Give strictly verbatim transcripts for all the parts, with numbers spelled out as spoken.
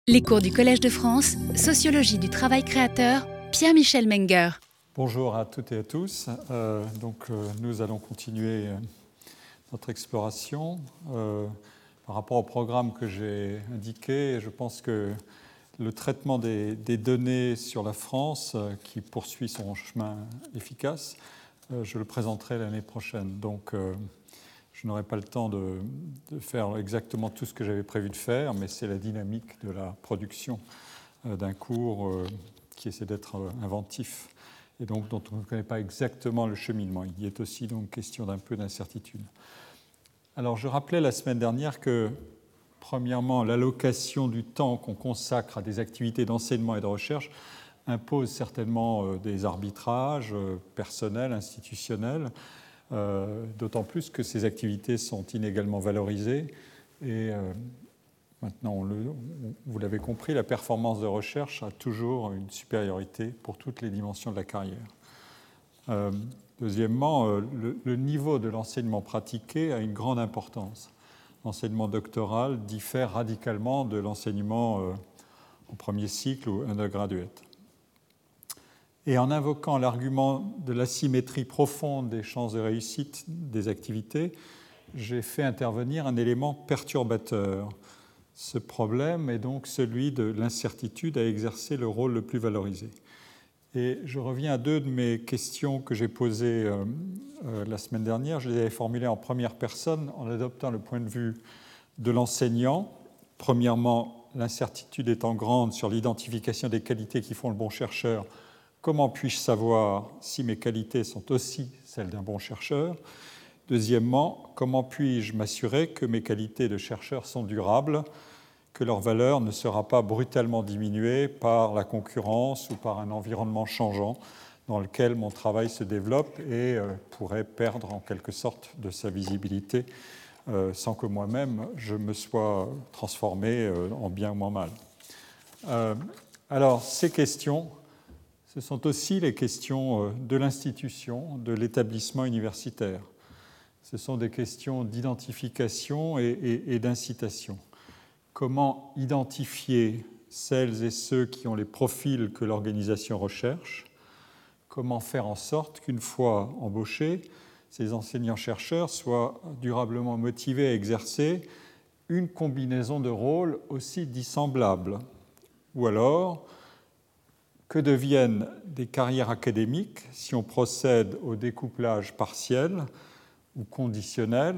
Les cours du Collège de France, Sociologie du travail créateur, Pierre-Michel Menger. Bonjour à toutes et à tous. Euh, donc, euh, nous allons continuer euh, notre exploration. Euh, par rapport au programme que j'ai indiqué, je pense que le traitement des, des données sur la France, euh, qui poursuit son chemin efficace, euh, je le présenterai l'année prochaine. Donc, euh, je n'aurai pas le temps de, de faire exactement tout ce que j'avais prévu de faire, mais c'est la dynamique de la production euh, d'un cours euh, qui essaie d'être euh, inventif et donc dont on ne connaît pas exactement le cheminement. Il y est aussi donc question d'un peu d'incertitude. Alors, je rappelais la semaine dernière que, premièrement, l'allocation du temps qu'on consacre à des activités d'enseignement et de recherche impose certainement euh, des arbitrages euh, personnels, institutionnels, Euh, d'autant plus que ces activités sont inégalement valorisées. Et euh, maintenant, on le, on, vous l'avez compris, la performance de recherche a toujours une supériorité pour toutes les dimensions de la carrière. Euh, deuxièmement, euh, le, le niveau de l'enseignement pratiqué a une grande importance. L'enseignement doctoral diffère radicalement de l'enseignement euh, en premier cycle ou undergraduate. Et en invoquant l'argument de l'asymétrie profonde des chances de réussite des activités, j'ai fait intervenir un élément perturbateur. Ce problème est donc celui de l'incertitude à exercer le rôle le plus valorisé. Et je reviens à deux de mes questions que j'ai posées euh, euh, la semaine dernière. Je les avais formulées en première personne en adoptant le point de vue de l'enseignant. Premièrement, l'incertitude étant grande sur l'identification des qualités qui font le bon chercheur. Comment puis-je savoir si mes qualités sont aussi celles d'un bon chercheur ? Deuxièmement, comment puis-je m'assurer que mes qualités de chercheur sont durables, que leur valeur ne sera pas brutalement diminuée par la concurrence ou par un environnement changeant dans lequel mon travail se développe et euh, pourrait perdre en quelque sorte de sa visibilité euh, sans que moi-même je me sois transformé euh, en bien ou en mal. Euh, alors, ces questions... Ce sont aussi les questions de l'institution, de l'établissement universitaire. Ce sont des questions d'identification et, et, et d'incitation. Comment identifier celles et ceux qui ont les profils que l'organisation recherche ? Comment faire en sorte qu'une fois embauchés, ces enseignants-chercheurs soient durablement motivés à exercer une combinaison de rôles aussi dissemblables ? Ou alors, que deviennent des carrières académiques si on procède au découplage partiel ou conditionnel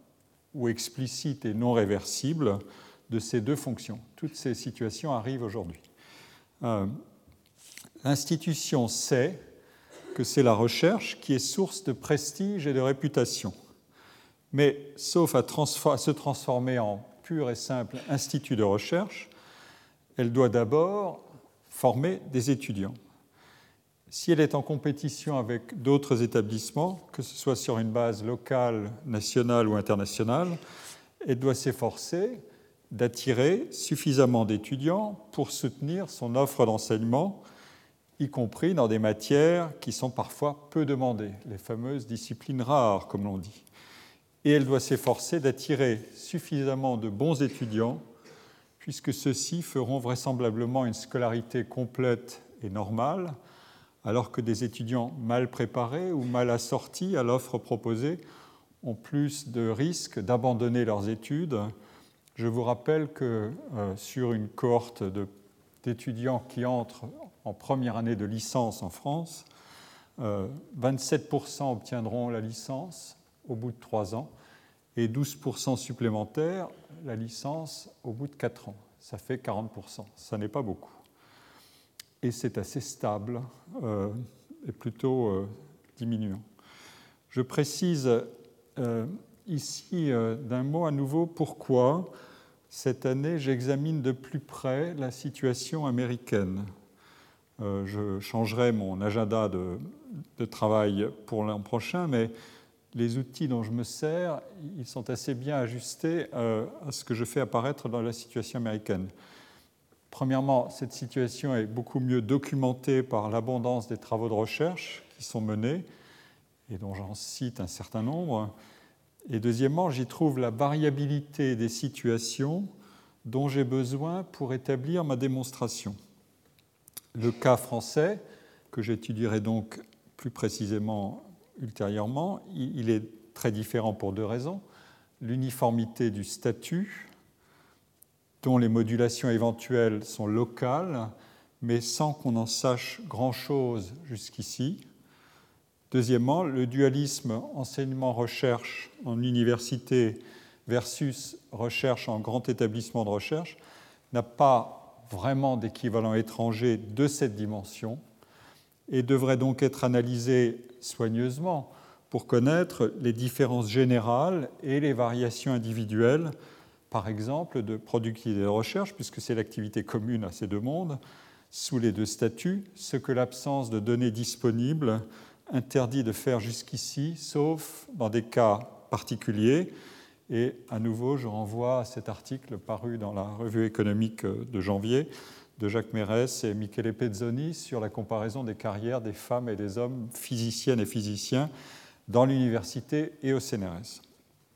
ou explicite et non réversible de ces deux fonctions ? Toutes ces situations arrivent aujourd'hui. Euh, l'institution sait que c'est la recherche qui est source de prestige et de réputation. Mais sauf à, transfor- à se transformer en pur et simple institut de recherche, elle doit d'abord former des étudiants. Si elle est en compétition avec d'autres établissements, que ce soit sur une base locale, nationale ou internationale, elle doit s'efforcer d'attirer suffisamment d'étudiants pour soutenir son offre d'enseignement, y compris dans des matières qui sont parfois peu demandées, les fameuses disciplines rares, comme l'on dit. Et elle doit s'efforcer d'attirer suffisamment de bons étudiants puisque ceux-ci feront vraisemblablement une scolarité complète et normale, alors que des étudiants mal préparés ou mal assortis à l'offre proposée ont plus de risques d'abandonner leurs études. Je vous rappelle que euh, sur une cohorte de, d'étudiants qui entrent en première année de licence en France, euh, vingt-sept pour cent obtiendront la licence au bout de trois ans, et douze pour cent supplémentaires la licence au bout de quatre ans. Ça fait quarante pour cent. Ça n'est pas beaucoup. Et c'est assez stable euh, et plutôt euh, diminuant. Je précise euh, ici euh, d'un mot à nouveau pourquoi cette année j'examine de plus près la situation américaine. Euh, je changerai mon agenda de, de travail pour l'an prochain, mais les outils dont je me sers, ils sont assez bien ajustés euh, à ce que je fais apparaître dans la situation américaine. Premièrement, cette situation est beaucoup mieux documentée par l'abondance des travaux de recherche qui sont menés, et dont j'en cite un certain nombre. Et deuxièmement, j'y trouve la variabilité des situations dont j'ai besoin pour établir ma démonstration. Le cas français, que j'étudierai donc plus précisément ultérieurement, il est très différent pour deux raisons. L'uniformité du statut, dont les modulations éventuelles sont locales, mais sans qu'on en sache grand-chose jusqu'ici. Deuxièmement, le dualisme enseignement-recherche en université versus recherche en grand établissement de recherche n'a pas vraiment d'équivalent étranger de cette dimension et devrait donc être analysé soigneusement pour connaître les différences générales et les variations individuelles, par exemple, de productivité de recherche, puisque c'est l'activité commune à ces deux mondes, sous les deux statuts, ce que l'absence de données disponibles interdit de faire jusqu'ici, sauf dans des cas particuliers. Et à nouveau, je renvoie à cet article paru dans la revue économique de janvier de Jacques Mérès et Michele Pezzoni sur la comparaison des carrières des femmes et des hommes physiciennes et physiciens dans l'université et au C N R S.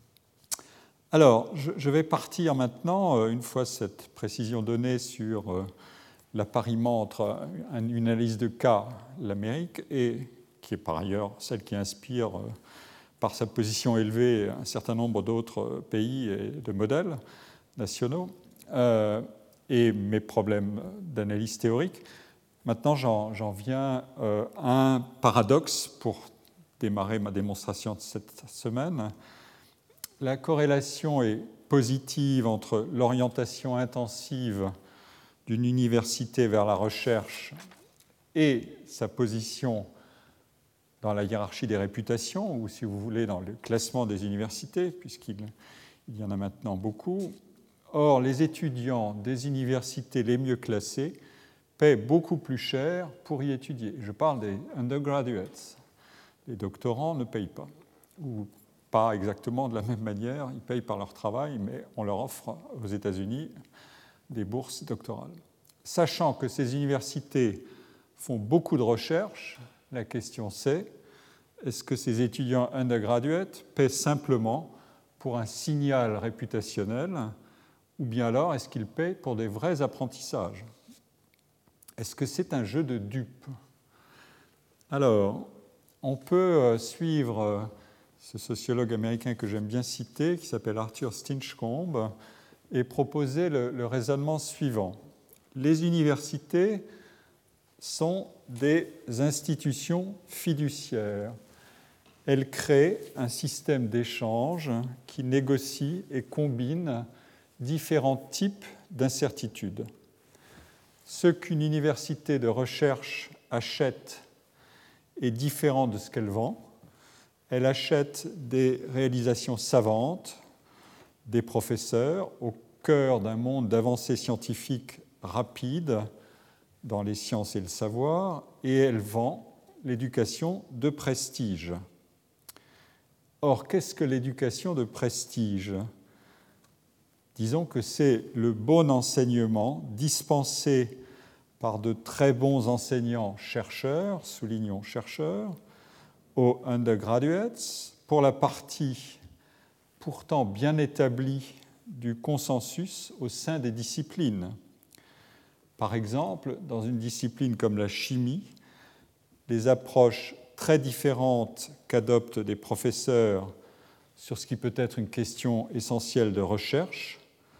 Alors, je vais partir maintenant, une fois cette précision donnée sur l'appariement entre une analyse de cas, l'Amérique, et qui est par ailleurs celle qui inspire, par sa position élevée, un certain nombre d'autres pays et de modèles nationaux, euh, et mes problèmes d'analyse théorique. Maintenant, j'en, j'en viens euh, à un paradoxe pour démarrer ma démonstration de cette semaine. La corrélation est positive entre l'orientation intensive d'une université vers la recherche et sa position dans la hiérarchie des réputations, ou si vous voulez, dans le classement des universités, puisqu'il il y en a maintenant beaucoup. Or, les étudiants des universités les mieux classées paient beaucoup plus cher pour y étudier. Je parle des undergraduates. Les doctorants ne payent pas, ou pas exactement de la même manière. Ils payent par leur travail, mais on leur offre aux États-Unis des bourses doctorales. Sachant que ces universités font beaucoup de recherche, la question c'est, est-ce que ces étudiants undergraduates paient simplement pour un signal réputationnel, ou bien alors est-ce qu'ils paient pour des vrais apprentissages? Est-ce que c'est un jeu de dupes? Alors, on peut suivre ce sociologue américain que j'aime bien citer, qui s'appelle Arthur Stinchcombe, et proposer le, le raisonnement suivant. Les universités sont des institutions fiduciaires. Elles créent un système d'échange qui négocie et combine différents types d'incertitudes. Ce qu'une université de recherche achète est différent de ce qu'elle vend. Elle achète des réalisations savantes, des professeurs au cœur d'un monde d'avancées scientifiques rapides dans les sciences et le savoir, et elle vend l'éducation de prestige. Or, qu'est-ce que l'éducation de prestige? Disons que c'est le bon enseignement dispensé par de très bons enseignants-chercheurs, soulignons chercheurs, aux undergraduates, pour la partie pourtant bien établie du consensus au sein des disciplines. Par exemple, dans une discipline comme la chimie, les approches très différentes qu'adoptent des professeurs sur ce qui peut être une question essentielle de recherche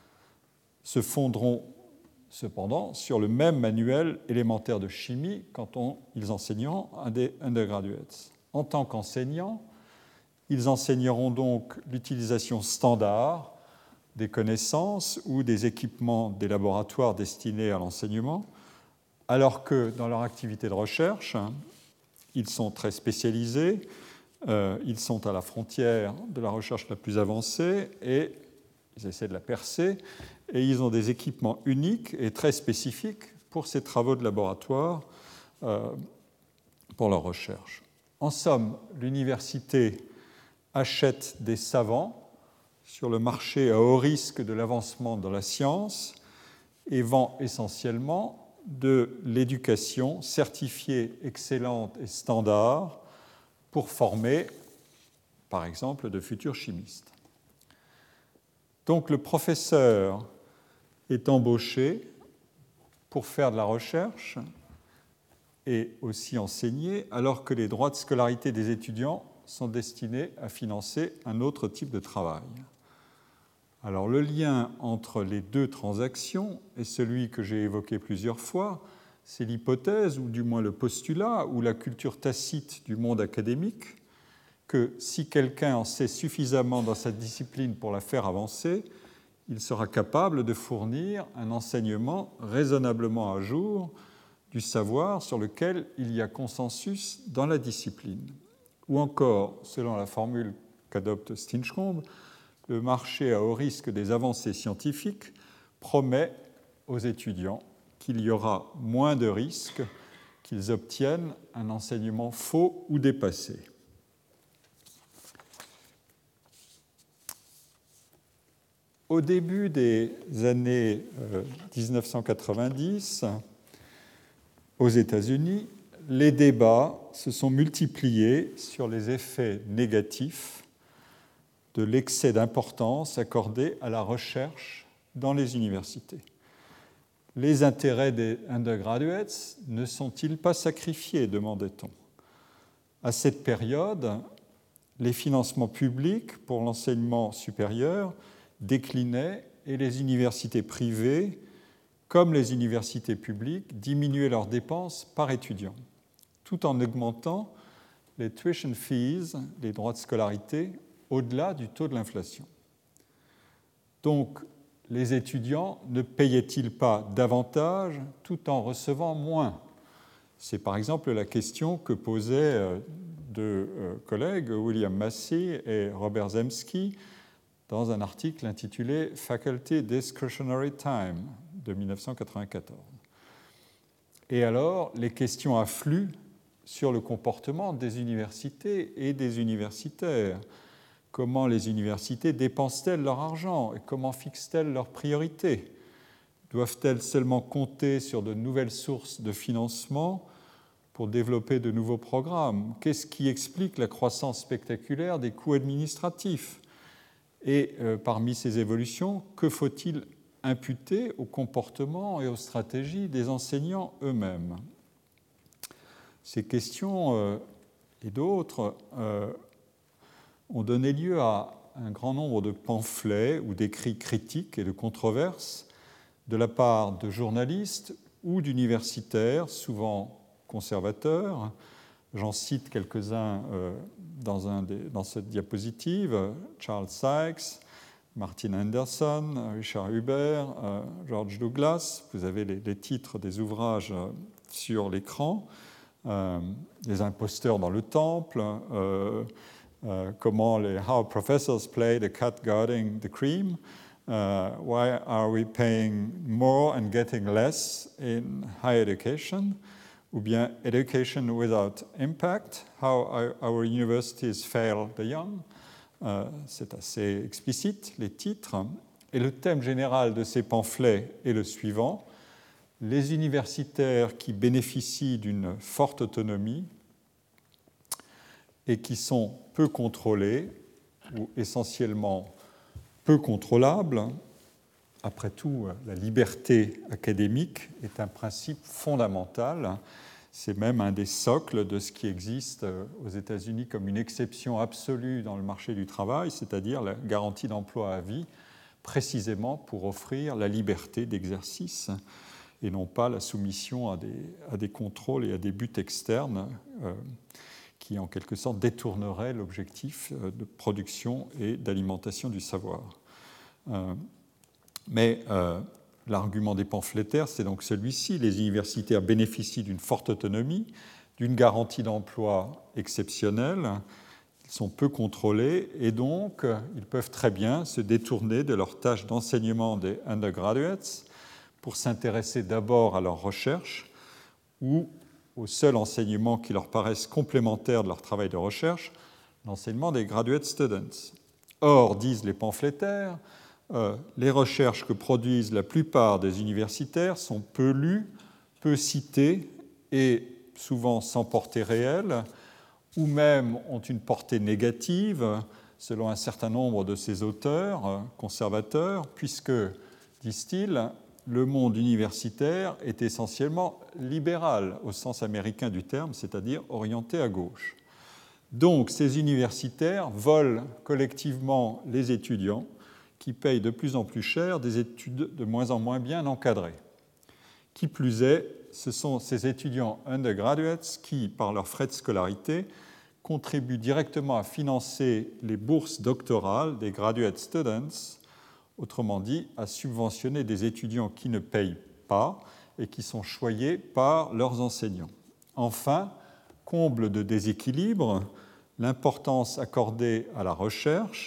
se fonderont cependant sur le même manuel élémentaire de chimie quand on, ils enseigneront à des undergraduates. En tant qu'enseignants, ils enseigneront donc l'utilisation standard des connaissances ou des équipements des laboratoires destinés à l'enseignement, alors que dans leur activité de recherche, ils sont très spécialisés, euh, ils sont à la frontière de la recherche la plus avancée et ils essaient de la percer, et ils ont des équipements uniques et très spécifiques pour ces travaux de laboratoire, euh, pour leur recherche. En somme, l'université achète des savants sur le marché à haut risque de l'avancement dans la science et vend essentiellement de l'éducation certifiée, excellente et standard pour former, par exemple, de futurs chimistes. Donc le professeur est embauché pour faire de la recherche et aussi enseigner, alors que les droits de scolarité des étudiants sont destinés à financer un autre type de travail. Alors le lien entre les deux transactions est celui que j'ai évoqué plusieurs fois, c'est l'hypothèse, ou du moins le postulat, ou la culture tacite du monde académique, que si quelqu'un en sait suffisamment dans sa discipline pour la faire avancer, il sera capable de fournir un enseignement raisonnablement à jour du savoir sur lequel il y a consensus dans la discipline. Ou encore, selon la formule qu'adopte Stinchcombe, le marché à haut risque des avancées scientifiques promet aux étudiants qu'il y aura moins de risques qu'ils obtiennent un enseignement faux ou dépassé. Au début des années dix-neuf cent quatre-vingt-dix, aux États-Unis, les débats se sont multipliés sur les effets négatifs de l'excès d'importance accordé à la recherche dans les universités. Les intérêts des undergraduates ne sont-ils pas sacrifiés, demandait-on. À cette période, les financements publics pour l'enseignement supérieur déclinaient et les universités privées, comme les universités publiques, diminuaient leurs dépenses par étudiant, tout en augmentant les tuition fees, les droits de scolarité, au-delà du taux de l'inflation. Donc, les étudiants ne payaient-ils pas davantage tout en recevant moins? C'est par exemple la question que posaient deux collègues, William Massey et Robert Zemsky, dans un article intitulé « Faculty Discretionary Time » de mille neuf cent quatre-vingt-quatorze. Et alors, les questions affluent sur le comportement des universités et des universitaires. Comment les universités dépensent-elles leur argent et comment fixent-elles leurs priorités? Doivent-elles seulement compter sur de nouvelles sources de financement pour développer de nouveaux programmes? Qu'est-ce qui explique la croissance spectaculaire des coûts administratifs? Et euh, parmi ces évolutions, que faut-il imputer au comportement et aux stratégies des enseignants eux-mêmes? Ces questions euh, et d'autres euh, ont donné lieu à un grand nombre de pamphlets ou d'écrits critiques et de controverses de la part de journalistes ou d'universitaires, souvent conservateurs. J'en cite quelques-uns euh, dans, un des, dans cette diapositive, Charles Sykes, Martin Anderson, Richard Huber, euh, George Douglas. Vous avez les, les titres des ouvrages euh, sur l'écran. Euh, les imposteurs dans le temple, euh, euh, comment les How Professors Play the Cat Guarding the Cream, uh, Why Are We Paying More and Getting Less in Higher Education, ou bien Education Without Impact, How Our Universities Fail the Young. Euh, c'est assez explicite, les titres. Et le thème général de ces pamphlets est le suivant: les universitaires qui bénéficient d'une forte autonomie et qui sont peu contrôlés ou essentiellement peu contrôlables. Après tout, la liberté académique est un principe fondamental. C'est même un des socles de ce qui existe aux États-Unis comme une exception absolue dans le marché du travail, c'est-à-dire la garantie d'emploi à vie, précisément pour offrir la liberté d'exercice et non pas la soumission à des, à des contrôles et à des buts externes euh, qui, en quelque sorte, détourneraient l'objectif de production et d'alimentation du savoir. Euh, mais euh, l'argument des pamphlétaires, c'est donc celui-ci. Les universitaires bénéficient d'une forte autonomie, d'une garantie d'emploi exceptionnelle, ils sont peu contrôlés et donc ils peuvent très bien se détourner de leur tâche d'enseignement des undergraduates pour s'intéresser d'abord à leur recherche ou au seul enseignement qui leur paraisse complémentaire de leur travail de recherche, l'enseignement des graduate students. Or, disent les pamphlétaires, euh, les recherches que produisent la plupart des universitaires sont peu lues, peu citées et souvent sans portée réelle, ou même ont une portée négative, selon un certain nombre de ces auteurs conservateurs, puisque, disent-ils, le monde universitaire est essentiellement libéral au sens américain du terme, c'est-à-dire orienté à gauche. Donc ces universitaires volent collectivement les étudiants qui payent de plus en plus cher des études de moins en moins bien encadrées. Qui plus est, ce sont ces étudiants undergraduates qui, par leurs frais de scolarité, contribuent directement à financer les bourses doctorales des graduate students, autrement dit, à subventionner des étudiants qui ne payent pas et qui sont choyés par leurs enseignants. Enfin, comble de déséquilibre, l'importance accordée à la recherche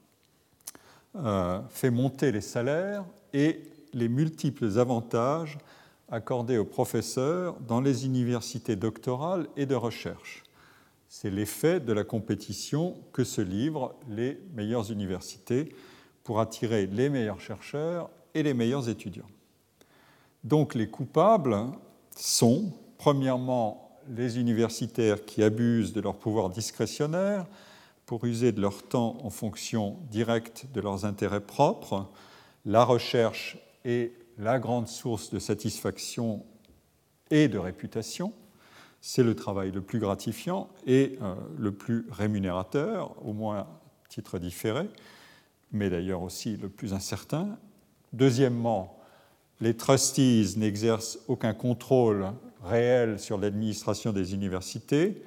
euh, fait monter les salaires et les multiples avantages accordés aux professeurs dans les universités doctorales et de recherche. C'est l'effet de la compétition que se livrent les meilleures universités pour attirer les meilleurs chercheurs et les meilleurs étudiants. Donc les coupables sont, premièrement, les universitaires qui abusent de leur pouvoir discrétionnaire pour user de leur temps en fonction directe de leurs intérêts propres. La recherche est la grande source de satisfaction et de réputation. C'est le travail le plus gratifiant et euh, le plus rémunérateur, au moins à titre différé, mais d'ailleurs aussi le plus incertain. Deuxièmement, les trustees n'exercent aucun contrôle réel sur l'administration des universités.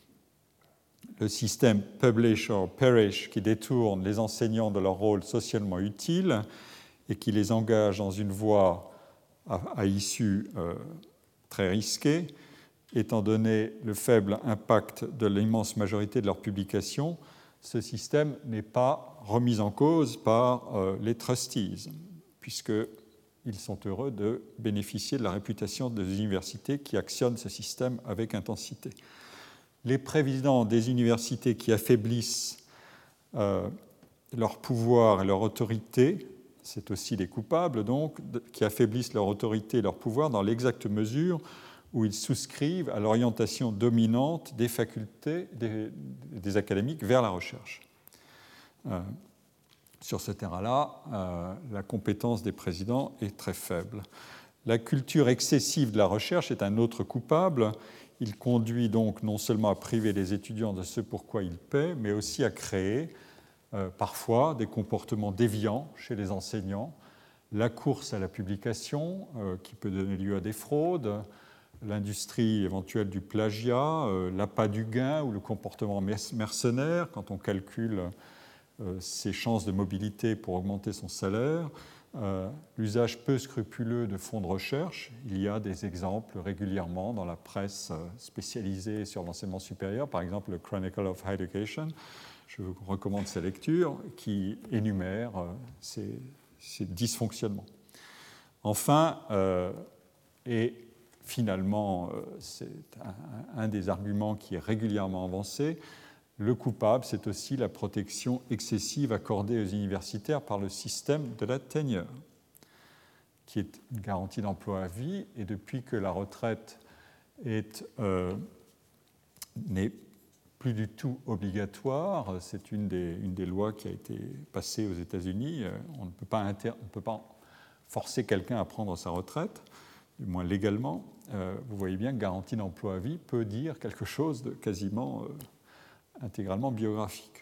Le système publish or perish qui détourne les enseignants de leur rôle socialement utile et qui les engage dans une voie à, à issue euh, très risquée, étant donné le faible impact de l'immense majorité de leurs publications, ce système n'est pas remis en cause par euh, les trustees, puisqu'ils sont heureux de bénéficier de la réputation des universités qui actionnent ce système avec intensité. Les présidents des universités qui affaiblissent euh, leur pouvoir et leur autorité, c'est aussi les coupables, donc, qui affaiblissent leur autorité et leur pouvoir dans l'exacte mesure où ils souscrivent à l'orientation dominante des facultés, des, des académiques vers la recherche. Euh, sur ce terrain-là, euh, la compétence des présidents est très faible. La culture excessive de la recherche est un autre coupable. Il conduit donc non seulement à priver les étudiants de ce pourquoi ils paient, mais aussi à créer euh, parfois des comportements déviants chez les enseignants. La course à la publication, euh, qui peut donner lieu à des fraudes, l'industrie éventuelle du plagiat, euh, l'appât du gain ou le comportement mercenaire, quand on calcule euh, ses chances de mobilité pour augmenter son salaire, euh, l'usage peu scrupuleux de fonds de recherche. Il y a des exemples régulièrement dans la presse spécialisée sur l'enseignement supérieur, par exemple le Chronicle of Higher Education. Je vous recommande sa lecture, qui énumère euh, ces, ces dysfonctionnements. Enfin, euh, et finalement, c'est un, un des arguments qui est régulièrement avancé, le coupable, c'est aussi la protection excessive accordée aux universitaires par le système de la tenure, qui est une garantie d'emploi à vie, et depuis que la retraite est, euh, n'est plus du tout obligatoire, c'est une des, une des lois qui a été passée aux États-Unis, on ne peut pas, inter, on ne peut pas forcer quelqu'un à prendre sa retraite, du moins légalement. Euh, vous voyez bien que garantie d'emploi à vie peut dire quelque chose de quasiment euh, intégralement biographique.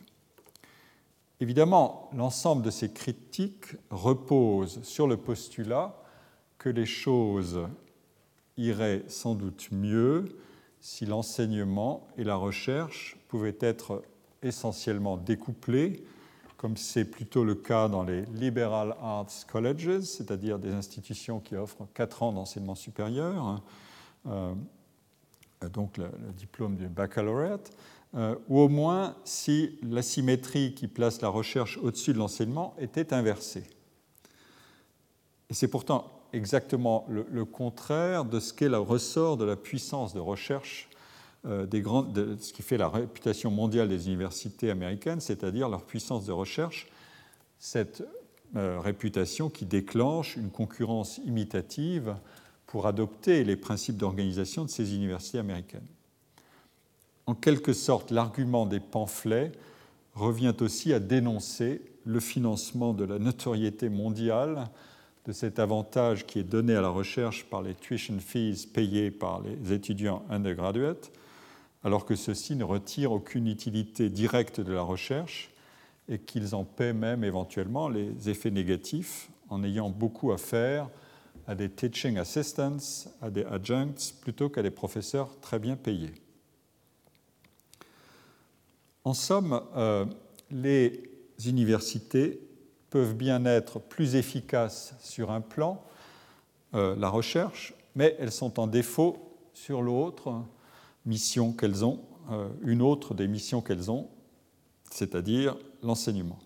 Évidemment, l'ensemble de ces critiques repose sur le postulat que les choses iraient sans doute mieux si l'enseignement et la recherche pouvaient être essentiellement découplés, comme c'est plutôt le cas dans les liberal arts colleges, c'est-à-dire des institutions qui offrent quatre ans d'enseignement supérieur, euh, donc le, le diplôme du baccalauréat, euh, ou au moins si l'asymétrie qui place la recherche au-dessus de l'enseignement était inversée. Et c'est pourtant exactement le, le contraire de ce qu'est le ressort de la puissance de recherche euh, des grandes, de ce qui fait la réputation mondiale des universités américaines, c'est-à-dire leur puissance de recherche, cette euh, réputation qui déclenche une concurrence imitative pour adopter les principes d'organisation de ces universités américaines. En quelque sorte, l'argument des pamphlets revient aussi à dénoncer le financement de la notoriété mondiale de cet avantage qui est donné à la recherche par les tuition fees payées par les étudiants undergraduates, alors que ceux-ci ne retirent aucune utilité directe de la recherche et qu'ils en paient même éventuellement les effets négatifs en ayant beaucoup à faire à des teaching assistants, à des adjuncts, plutôt qu'à des professeurs très bien payés. En somme, euh, les universités peuvent bien être plus efficaces sur un plan, euh, la recherche, mais elles sont en défaut sur l'autre mission qu'elles ont, euh, une autre des missions qu'elles ont, c'est-à-dire l'enseignement.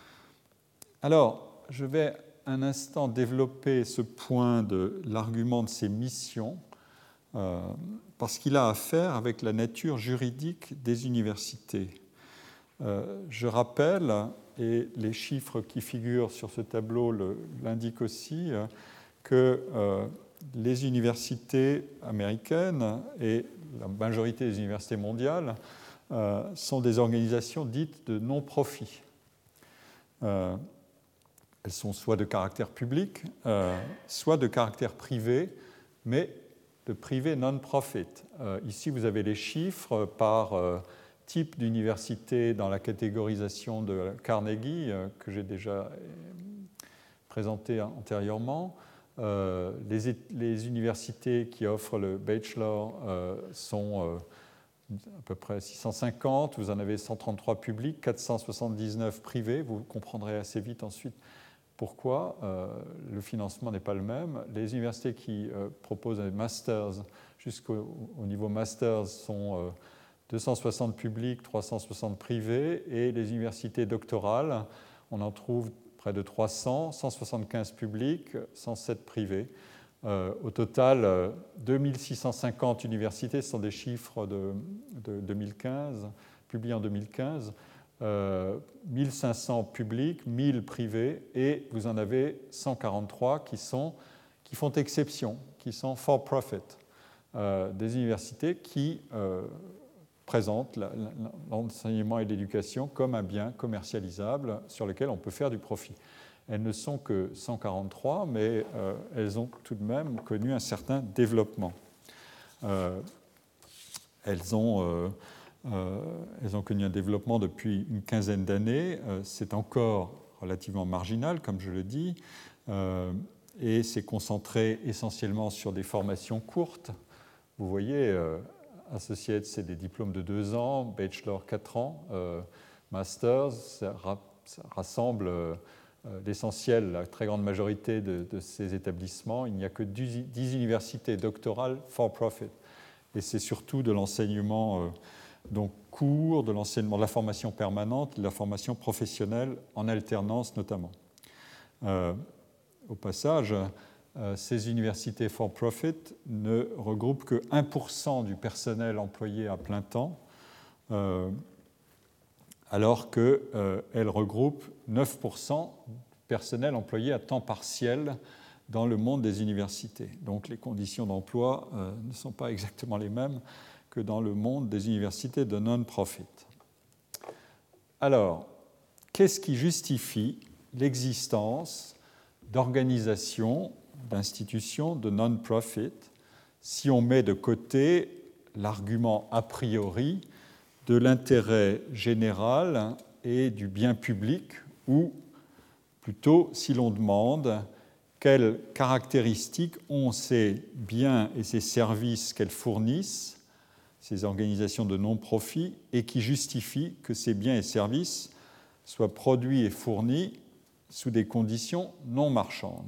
Alors, je vais un instant développer ce point de l'argument de ces missions, euh, parce qu'il a à faire avec la nature juridique des universités. Euh, je rappelle, et les chiffres qui figurent sur ce tableau le, l'indiquent aussi, euh, que euh, les universités américaines et la majorité des universités mondiales euh, sont des organisations dites de non-profit. Euh, elles sont soit de caractère public, euh, soit de caractère privé, mais de privé non-profit. Euh, ici, vous avez les chiffres par euh, type d'université dans la catégorisation de Carnegie, euh, que j'ai déjà euh, présenté antérieurement. Euh, les, les universités qui offrent le bachelor euh, sont euh, à peu près six cent cinquante, vous en avez cent trente-trois publics, quatre cent soixante-dix-neuf privés, vous comprendrez assez vite ensuite pourquoi euh, le financement n'est pas le même. Les universités qui euh, proposent un masters jusqu'au au niveau masters sont euh, deux cent soixante publics, trois cent soixante privés, et les universités doctorales, on en trouve près de trois cents, cent soixante-quinze publics, cent sept privés. Euh, au total, euh, deux mille six cent cinquante universités, ce sont des chiffres de, de deux mille quinze, publiés en deux mille quinze, euh, mille cinq cents publics, mille privés, et vous en avez cent quarante-trois qui, sont, qui font exception, qui sont for profit, euh, des universités qui euh, présentent la, la, l'enseignement et l'éducation comme un bien commercialisable sur lequel on peut faire du profit. Elles ne sont que cent quarante-trois, mais euh, elles ont tout de même connu un certain développement. Euh, elles, ont, euh, euh, elles ont connu un développement depuis une quinzaine d'années. Euh, c'est encore relativement marginal, comme je le dis, euh, et c'est concentré essentiellement sur des formations courtes. Vous voyez, euh, Associates, c'est des diplômes de deux ans, Bachelor quatre ans, euh, Masters, ça, ra- ça rassemble... Euh, l'essentiel, la très grande majorité de, de ces établissements. Il n'y a que dix universités doctorales for profit. Et c'est surtout de l'enseignement euh, donc court, de l'enseignement de la formation permanente, de la formation professionnelle en alternance notamment. Euh, au passage, euh, ces universités for profit ne regroupent que un pour cent du personnel employé à plein temps, euh, alors qu'elles euh, regroupent neuf pour cent du personnel employé à temps partiel dans le monde des universités. Donc les conditions d'emploi euh, ne sont pas exactement les mêmes que dans le monde des universités de non-profit. Alors, qu'est-ce qui justifie l'existence d'organisations, d'institutions de non-profit si on met de côté l'argument a priori de l'intérêt général et du bien public, ou plutôt si l'on demande quelles caractéristiques ont ces biens et ces services qu'elles fournissent, ces organisations de non-profit, et qui justifient que ces biens et services soient produits et fournis sous des conditions non marchandes.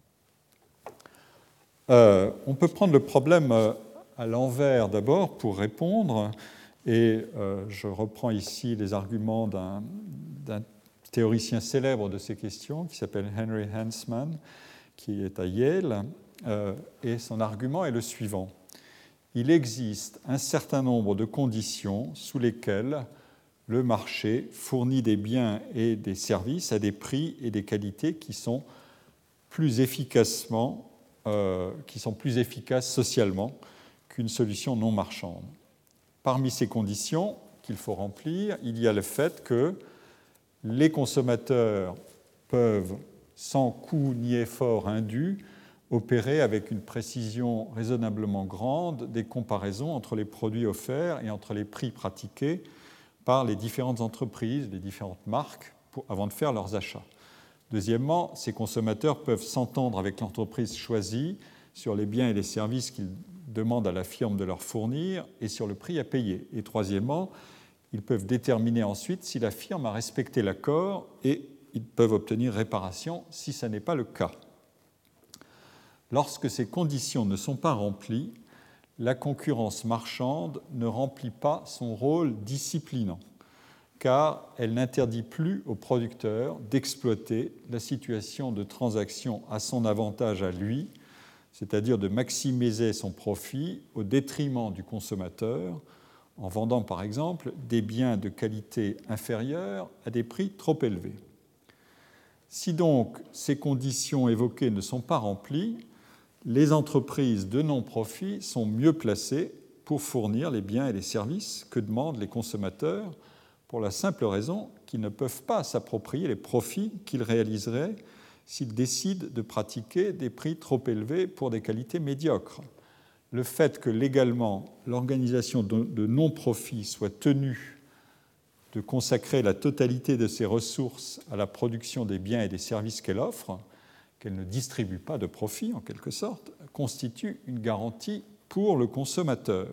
Euh, on peut prendre le problème à l'envers d'abord pour répondre. Et euh, je reprends ici les arguments d'un, d'un théoricien célèbre de ces questions qui s'appelle Henry Hansman, qui est à Yale, euh, et son argument est le suivant. Il existe un certain nombre de conditions sous lesquelles le marché fournit des biens et des services à des prix et des qualités qui sont plus efficacement, euh, qui sont plus efficaces socialement qu'une solution non marchande. Parmi ces conditions qu'il faut remplir, il y a le fait que les consommateurs peuvent sans coût ni effort indu, opérer avec une précision raisonnablement grande des comparaisons entre les produits offerts et entre les prix pratiqués par les différentes entreprises, les différentes marques, pour, avant de faire leurs achats. Deuxièmement, ces consommateurs peuvent s'entendre avec l'entreprise choisie sur les biens et les services qu'ils demandent à la firme de leur fournir et sur le prix à payer. Et troisièmement, ils peuvent déterminer ensuite si la firme a respecté l'accord et ils peuvent obtenir réparation si ce n'est pas le cas. Lorsque ces conditions ne sont pas remplies, la concurrence marchande ne remplit pas son rôle disciplinant, car elle n'interdit plus au producteur d'exploiter la situation de transaction à son avantage à lui, c'est-à-dire de maximiser son profit au détriment du consommateur, en vendant par exemple des biens de qualité inférieure à des prix trop élevés. Si donc ces conditions évoquées ne sont pas remplies, les entreprises de non-profit sont mieux placées pour fournir les biens et les services que demandent les consommateurs, pour la simple raison qu'ils ne peuvent pas s'approprier les profits qu'ils réaliseraient s'ils décident de pratiquer des prix trop élevés pour des qualités médiocres. Le fait que légalement l'organisation de non-profit soit tenue de consacrer la totalité de ses ressources à la production des biens et des services qu'elle offre, qu'elle ne distribue pas de profit en quelque sorte, constitue une garantie pour le consommateur.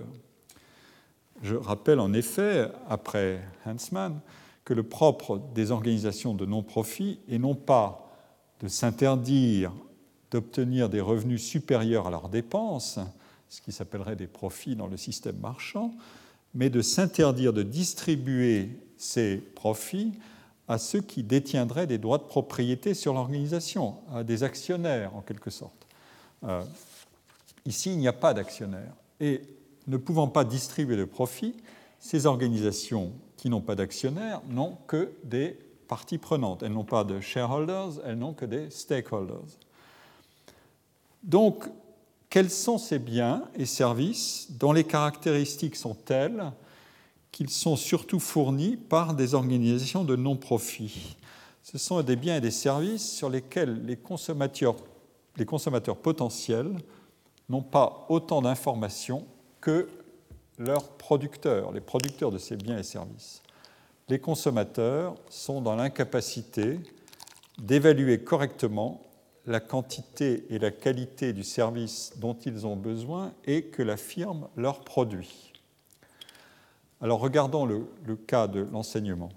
Je rappelle en effet, après Huntsman, que le propre des organisations de non-profit est non pas de s'interdire d'obtenir des revenus supérieurs à leurs dépenses, ce qui s'appellerait des profits dans le système marchand, mais de s'interdire de distribuer ces profits à ceux qui détiendraient des droits de propriété sur l'organisation, à des actionnaires en quelque sorte. Euh, ici, il n'y a pas d'actionnaires. Et ne pouvant pas distribuer de profits, ces organisations qui n'ont pas d'actionnaires n'ont que des parties prenantes. Elles n'ont pas de shareholders, elles n'ont que des stakeholders. Donc, quels sont ces biens et services dont les caractéristiques sont telles qu'ils sont surtout fournis par des organisations de non-profit? Ce sont des biens et des services sur lesquels les consommateurs, les consommateurs potentiels n'ont pas autant d'informations que leurs producteurs, les producteurs de ces biens et services. Les consommateurs sont dans l'incapacité d'évaluer correctement la quantité et la qualité du service dont ils ont besoin et que la firme leur produit. Alors regardons le, le cas de l'enseignement.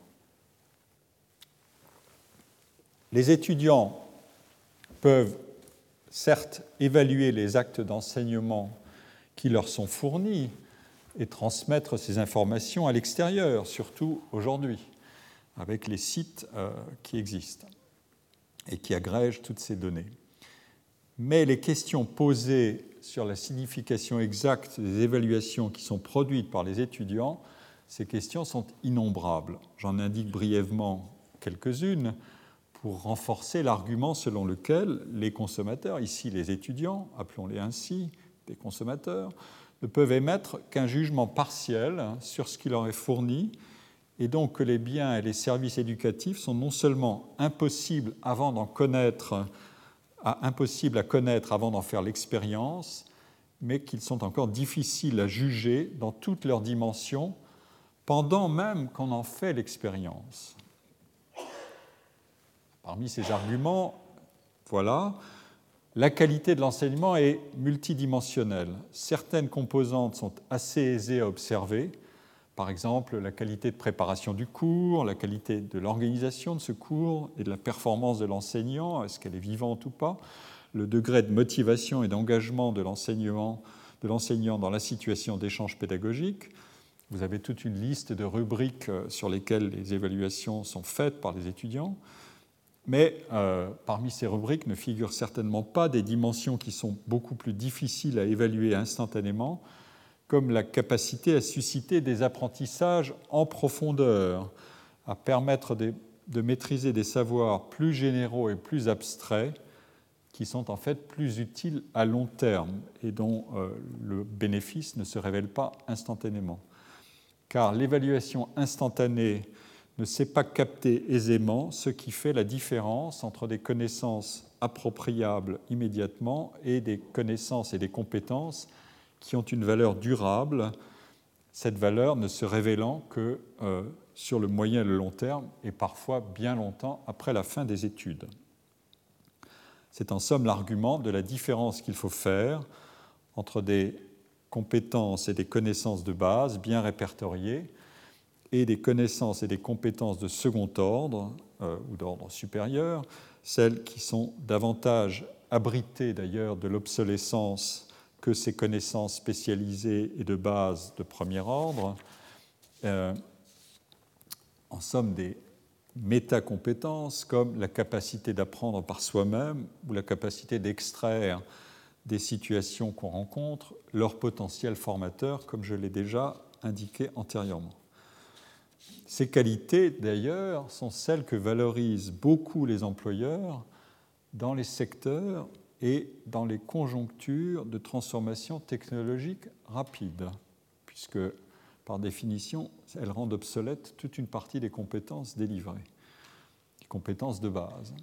Les étudiants peuvent certes évaluer les actes d'enseignement qui leur sont fournis et transmettre ces informations à l'extérieur, surtout aujourd'hui, avec les sites euh, qui existent et qui agrègent toutes ces données. Mais les questions posées sur la signification exacte des évaluations qui sont produites par les étudiants, ces questions sont innombrables. J'en indique brièvement quelques-unes pour renforcer l'argument selon lequel les consommateurs, ici les étudiants, appelons-les ainsi, des consommateurs, ne peuvent émettre qu'un jugement partiel sur ce qui leur est fourni, et donc que les biens et les services éducatifs sont non seulement impossibles avant d'en connaître, à, impossibles à connaître avant d'en faire l'expérience, mais qu'ils sont encore difficiles à juger dans toutes leurs dimensions, pendant même qu'on en fait l'expérience. Parmi ces arguments, voilà, la qualité de l'enseignement est multidimensionnelle. Certaines composantes sont assez aisées à observer, par exemple la qualité de préparation du cours, la qualité de l'organisation de ce cours et de la performance de l'enseignant, est-ce qu'elle est vivante ou pas, le degré de motivation et d'engagement de l'enseignement, de l'enseignant dans la situation d'échange pédagogique. Vous avez toute une liste de rubriques sur lesquelles les évaluations sont faites par les étudiants. Mais euh, parmi ces rubriques ne figurent certainement pas des dimensions qui sont beaucoup plus difficiles à évaluer instantanément, comme la capacité à susciter des apprentissages en profondeur, à permettre de, de maîtriser des savoirs plus généraux et plus abstraits, qui sont en fait plus utiles à long terme et dont euh, le bénéfice ne se révèle pas instantanément. Car l'évaluation instantanée ne sait pas capter aisément ce qui fait la différence entre des connaissances appropriables immédiatement et des connaissances et des compétences qui ont une valeur durable, cette valeur ne se révélant que euh, sur le moyen et le long terme et parfois bien longtemps après la fin des études. C'est en somme l'argument de la différence qu'il faut faire entre des compétences et des connaissances de base bien répertoriées et des connaissances et des compétences de second ordre euh, ou d'ordre supérieur, celles qui sont davantage abritées d'ailleurs de l'obsolescence que ces connaissances spécialisées et de base de premier ordre, euh, en somme des métacompétences comme la capacité d'apprendre par soi-même ou la capacité d'extraire des situations qu'on rencontre leur potentiel formateur, comme je l'ai déjà indiqué antérieurement. Ces qualités, d'ailleurs, sont celles que valorisent beaucoup les employeurs dans les secteurs et dans les conjonctures de transformation technologique rapide, puisque, par définition, elles rendent obsolètes toute une partie des compétences délivrées, les compétences de base.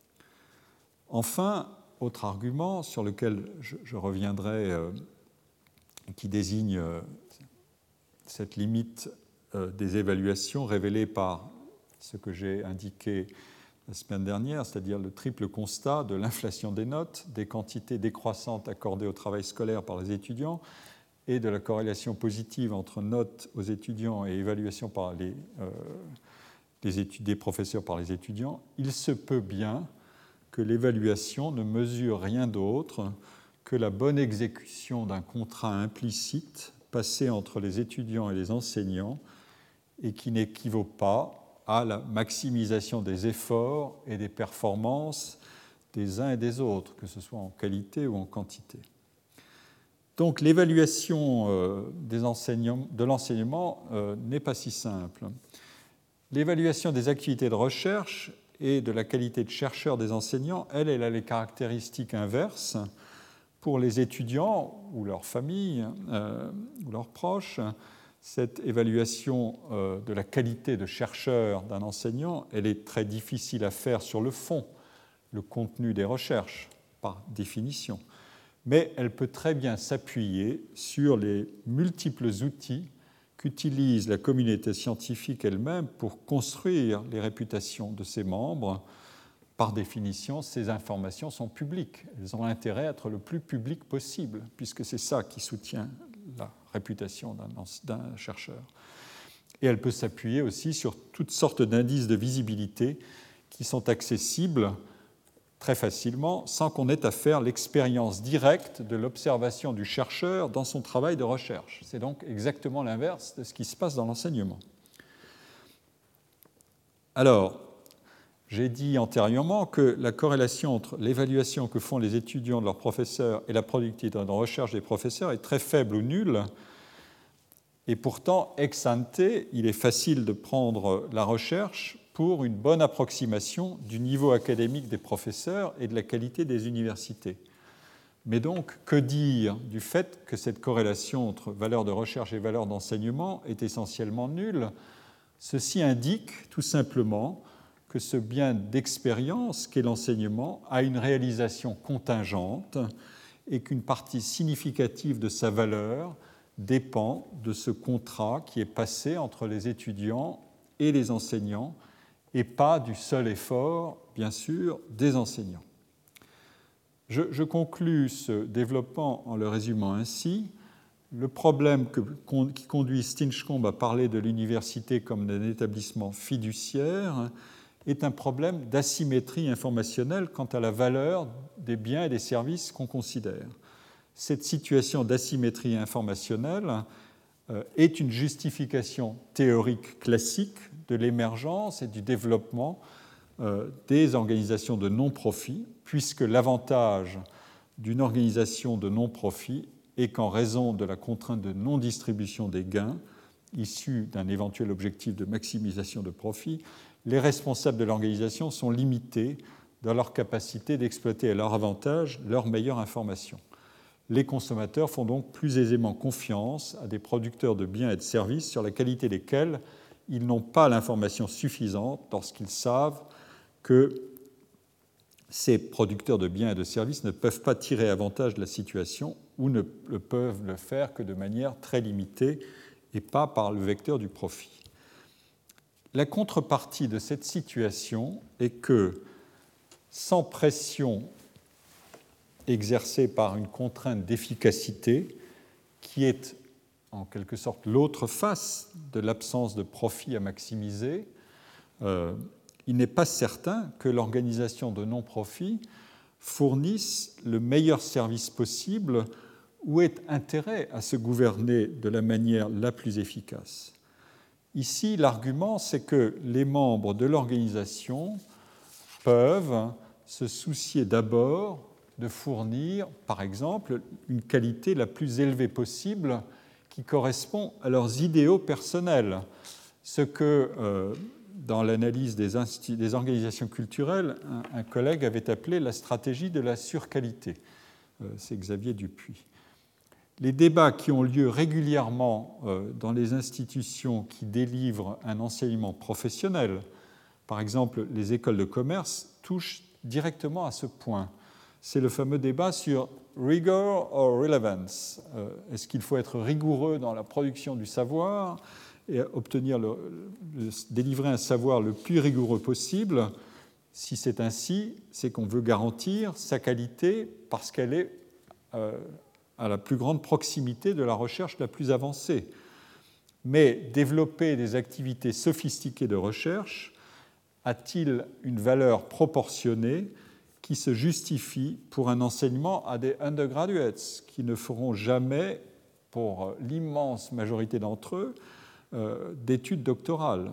Enfin, autre argument sur lequel je, je reviendrai, euh, qui désigne euh, cette limite euh, des évaluations révélée par ce que j'ai indiqué la semaine dernière, c'est-à-dire le triple constat de l'inflation des notes, des quantités décroissantes accordées au travail scolaire par les étudiants et de la corrélation positive entre notes aux étudiants et évaluation par les, euh, les études des professeurs par les étudiants. Il se peut bien que l'évaluation ne mesure rien d'autre que la bonne exécution d'un contrat implicite passé entre les étudiants et les enseignants et qui n'équivaut pas à la maximisation des efforts et des performances des uns et des autres, que ce soit en qualité ou en quantité. Donc l'évaluation euh, des enseignants, de l'enseignement euh, n'est pas si simple. L'évaluation des activités de recherche et de la qualité de chercheur des enseignants, elle, elle a les caractéristiques inverses. Pour les étudiants ou leurs familles euh, ou leurs proches, cette évaluation euh, de la qualité de chercheur d'un enseignant, elle est très difficile à faire sur le fond, le contenu des recherches, par définition. Mais elle peut très bien s'appuyer sur les multiples outils qu'utilise la communauté scientifique elle-même pour construire les réputations de ses membres. Par définition, ces informations sont publiques. Elles ont intérêt à être le plus public possible, puisque c'est ça qui soutient la réputation d'un, d'un chercheur. Et elle peut s'appuyer aussi sur toutes sortes d'indices de visibilité qui sont accessibles très facilement sans qu'on ait à faire l'expérience directe de l'observation du chercheur dans son travail de recherche. C'est donc exactement l'inverse de ce qui se passe dans l'enseignement. Alors, j'ai dit antérieurement que la corrélation entre l'évaluation que font les étudiants de leurs professeurs et la productivité de recherche des professeurs est très faible ou nulle. Et pourtant, ex ante, il est facile de prendre la recherche pour une bonne approximation du niveau académique des professeurs et de la qualité des universités. Mais donc, que dire du fait que cette corrélation entre valeur de recherche et valeur d'enseignement est essentiellement nulle ? Ceci indique tout simplement que ce bien d'expérience qu'est l'enseignement a une réalisation contingente et qu'une partie significative de sa valeur dépend de ce contrat qui est passé entre les étudiants et les enseignants et pas du seul effort, bien sûr, des enseignants. Je, je conclus ce développement en le résumant ainsi. Le problème que, qui conduit Stinchcombe à parler de l'université comme d'un établissement fiduciaire est un problème d'asymétrie informationnelle quant à la valeur des biens et des services qu'on considère. Cette situation d'asymétrie informationnelle euh, est une justification théorique classique de l'émergence et du développement euh, des organisations de non-profit, puisque l'avantage d'une organisation de non-profit est qu'en raison de la contrainte de non-distribution des gains, issus d'un éventuel objectif de maximisation de profit, les responsables de l'organisation sont limités dans leur capacité d'exploiter à leur avantage leur meilleure information. Les consommateurs font donc plus aisément confiance à des producteurs de biens et de services sur la qualité desquels ils n'ont pas l'information suffisante lorsqu'ils savent que ces producteurs de biens et de services ne peuvent pas tirer avantage de la situation ou ne le peuvent le faire que de manière très limitée et pas par le vecteur du profit. La contrepartie de cette situation est que, sans pression exercée par une contrainte d'efficacité, qui est en quelque sorte l'autre face de l'absence de profit à maximiser, euh, il n'est pas certain que l'organisation de non-profit fournisse le meilleur service possible ou ait intérêt à se gouverner de la manière la plus efficace. Ici, l'argument, c'est que les membres de l'organisation peuvent se soucier d'abord de fournir, par exemple, une qualité la plus élevée possible qui correspond à leurs idéaux personnels. Ce que, euh, dans l'analyse des, insti- des organisations culturelles, un, un collègue avait appelé la stratégie de la surqualité. Euh, c'est Xavier Dupuis. Les débats qui ont lieu régulièrement euh, dans les institutions qui délivrent un enseignement professionnel, par exemple les écoles de commerce, touchent directement à ce point. C'est le fameux débat sur rigor or relevance. Euh, est-ce qu'il faut être rigoureux dans la production du savoir et obtenir le, le, délivrer un savoir le plus rigoureux possible? Si c'est ainsi, c'est qu'on veut garantir sa qualité parce qu'elle est euh, à la plus grande proximité de la recherche la plus avancée. Mais développer des activités sophistiquées de recherche a-t-il une valeur proportionnée qui se justifie pour un enseignement à des undergraduates qui ne feront jamais, pour l'immense majorité d'entre eux, euh, d'études doctorales,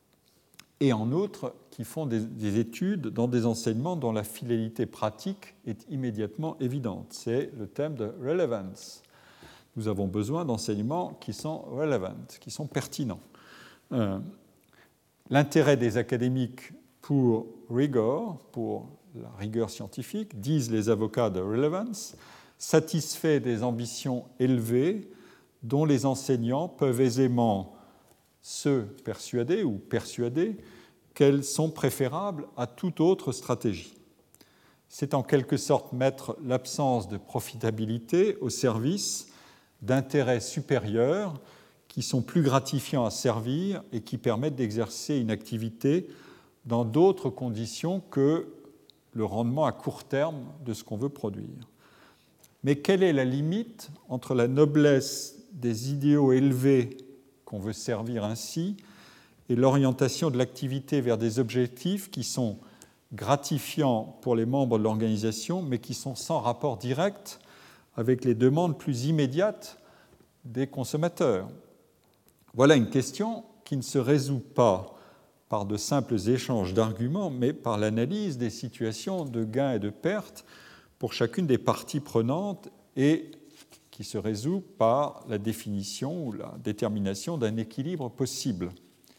et en outre qui font des, des études dans des enseignements dont la fidélité pratique est immédiatement évidente. C'est le thème de relevance. Nous avons besoin d'enseignements qui sont relevant, qui sont pertinents. Euh, l'intérêt des académiques pour rigor, pour la rigueur scientifique, disent les avocats de relevance, satisfait des ambitions élevées dont les enseignants peuvent aisément se persuader ou persuader qu'elles sont préférables à toute autre stratégie. C'est en quelque sorte mettre l'absence de profitabilité au service d'intérêts supérieurs qui sont plus gratifiants à servir et qui permettent d'exercer une activité dans d'autres conditions que le rendement à court terme de ce qu'on veut produire. Mais quelle est la limite entre la noblesse des idéaux élevés qu'on veut servir ainsi et l'orientation de l'activité vers des objectifs qui sont gratifiants pour les membres de l'organisation, mais qui sont sans rapport direct avec les demandes plus immédiates des consommateurs? Voilà une question qui ne se résout pas par de simples échanges d'arguments, mais par l'analyse des situations de gains et de pertes pour chacune des parties prenantes et qui se résout par la définition ou la détermination d'un équilibre possible.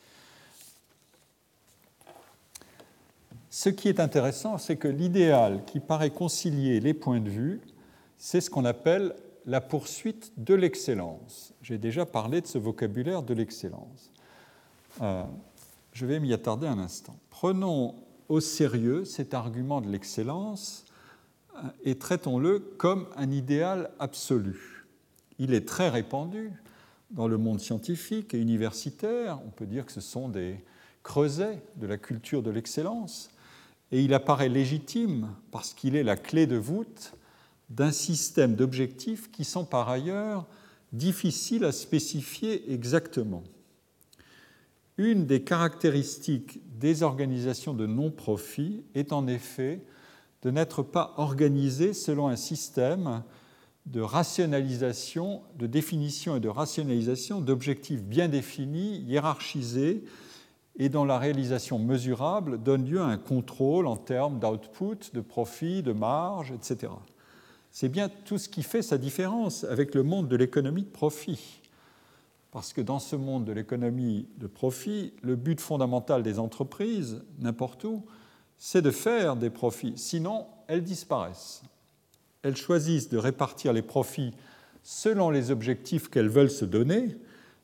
Ce qui est intéressant, c'est que l'idéal qui paraît concilier les points de vue, c'est ce qu'on appelle la poursuite de l'excellence. J'ai déjà parlé de ce vocabulaire de l'excellence. Euh, je vais m'y attarder un instant. Prenons au sérieux cet argument de l'excellence et traitons-le comme un idéal absolu. Il est très répandu dans le monde scientifique et universitaire. On peut dire que ce sont des creusets de la culture de l'excellence. Et il apparaît légitime parce qu'il est la clé de voûte d'un système d'objectifs qui sont par ailleurs difficiles à spécifier exactement. Une des caractéristiques des organisations de non-profit est en effet de n'être pas organisées selon un système de rationalisation, de définition et de rationalisation d'objectifs bien définis, hiérarchisés, et dont la réalisation mesurable donne lieu à un contrôle en termes d'output, de profit, de marge, et cetera. C'est bien tout ce qui fait sa différence avec le monde de l'économie de profit. Parce que dans ce monde de l'économie de profit, le but fondamental des entreprises, n'importe où, c'est de faire des profits. Sinon, elles disparaissent. Elles choisissent de répartir les profits selon les objectifs qu'elles veulent se donner,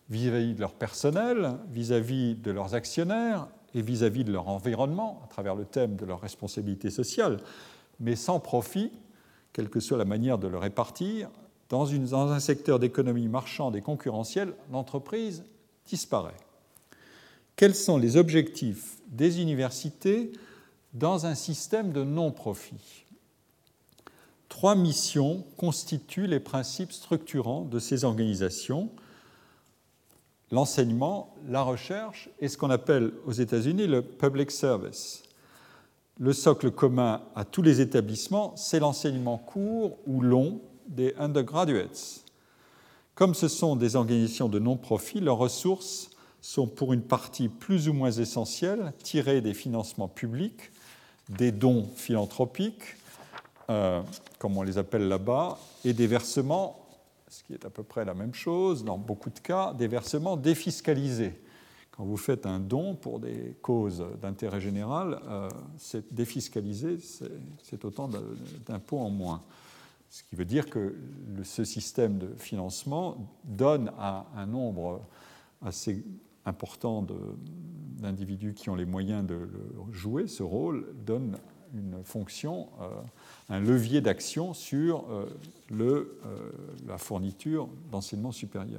vis-à-vis de leur personnel, vis-à-vis de leurs actionnaires et vis-à-vis de leur environnement, à travers le thème de leur responsabilité sociale, mais sans profit, quelle que soit la manière de le répartir, dans, une, dans un secteur d'économie marchande et concurrentielle, l'entreprise disparaît. Quels sont les objectifs des universités dans un système de non-profit? Trois missions constituent les principes structurants de ces organisations: l'enseignement, la recherche et ce qu'on appelle aux États-Unis le public service. Le socle commun à tous les établissements, c'est l'enseignement court ou long des undergraduates. Comme ce sont des organisations de non-profit, leurs ressources sont pour une partie plus ou moins essentielle tirées des financements publics, des dons philanthropiques, euh, comme on les appelle là-bas, et des versements, ce qui est à peu près la même chose dans beaucoup de cas, des versements défiscalisés. Quand vous faites un don pour des causes d'intérêt général, euh, c'est défiscalisé, c'est, c'est autant d'impôts en moins. Ce qui veut dire que le, ce système de financement donne à un nombre assez important de, d'individus qui ont les moyens de le jouer, ce rôle, donne une fonction, euh, un levier d'action sur euh, le, euh, la fourniture d'enseignement supérieur.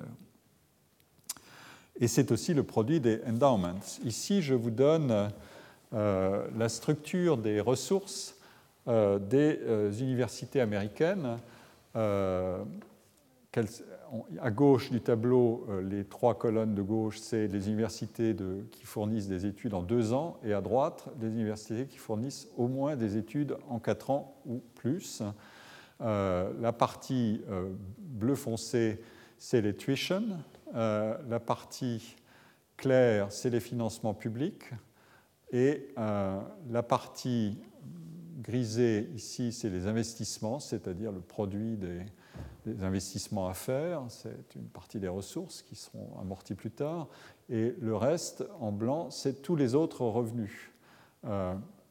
Et c'est aussi le produit des endowments. Ici, je vous donne euh, la structure des ressources euh, des euh, universités américaines. Euh, à gauche du tableau, euh, les trois colonnes de gauche, c'est les universités de, qui fournissent des études en deux ans, et à droite, les universités qui fournissent au moins des études en quatre ans ou plus. Euh, la partie euh, bleu foncé, c'est les tuition. Euh, la partie claire, c'est les financements publics. Et euh, la partie grisée, ici, c'est les investissements, c'est-à-dire le produit des, des investissements à faire. C'est une partie des ressources qui seront amorties plus tard. Et le reste, en blanc, c'est tous les autres revenus. Euh,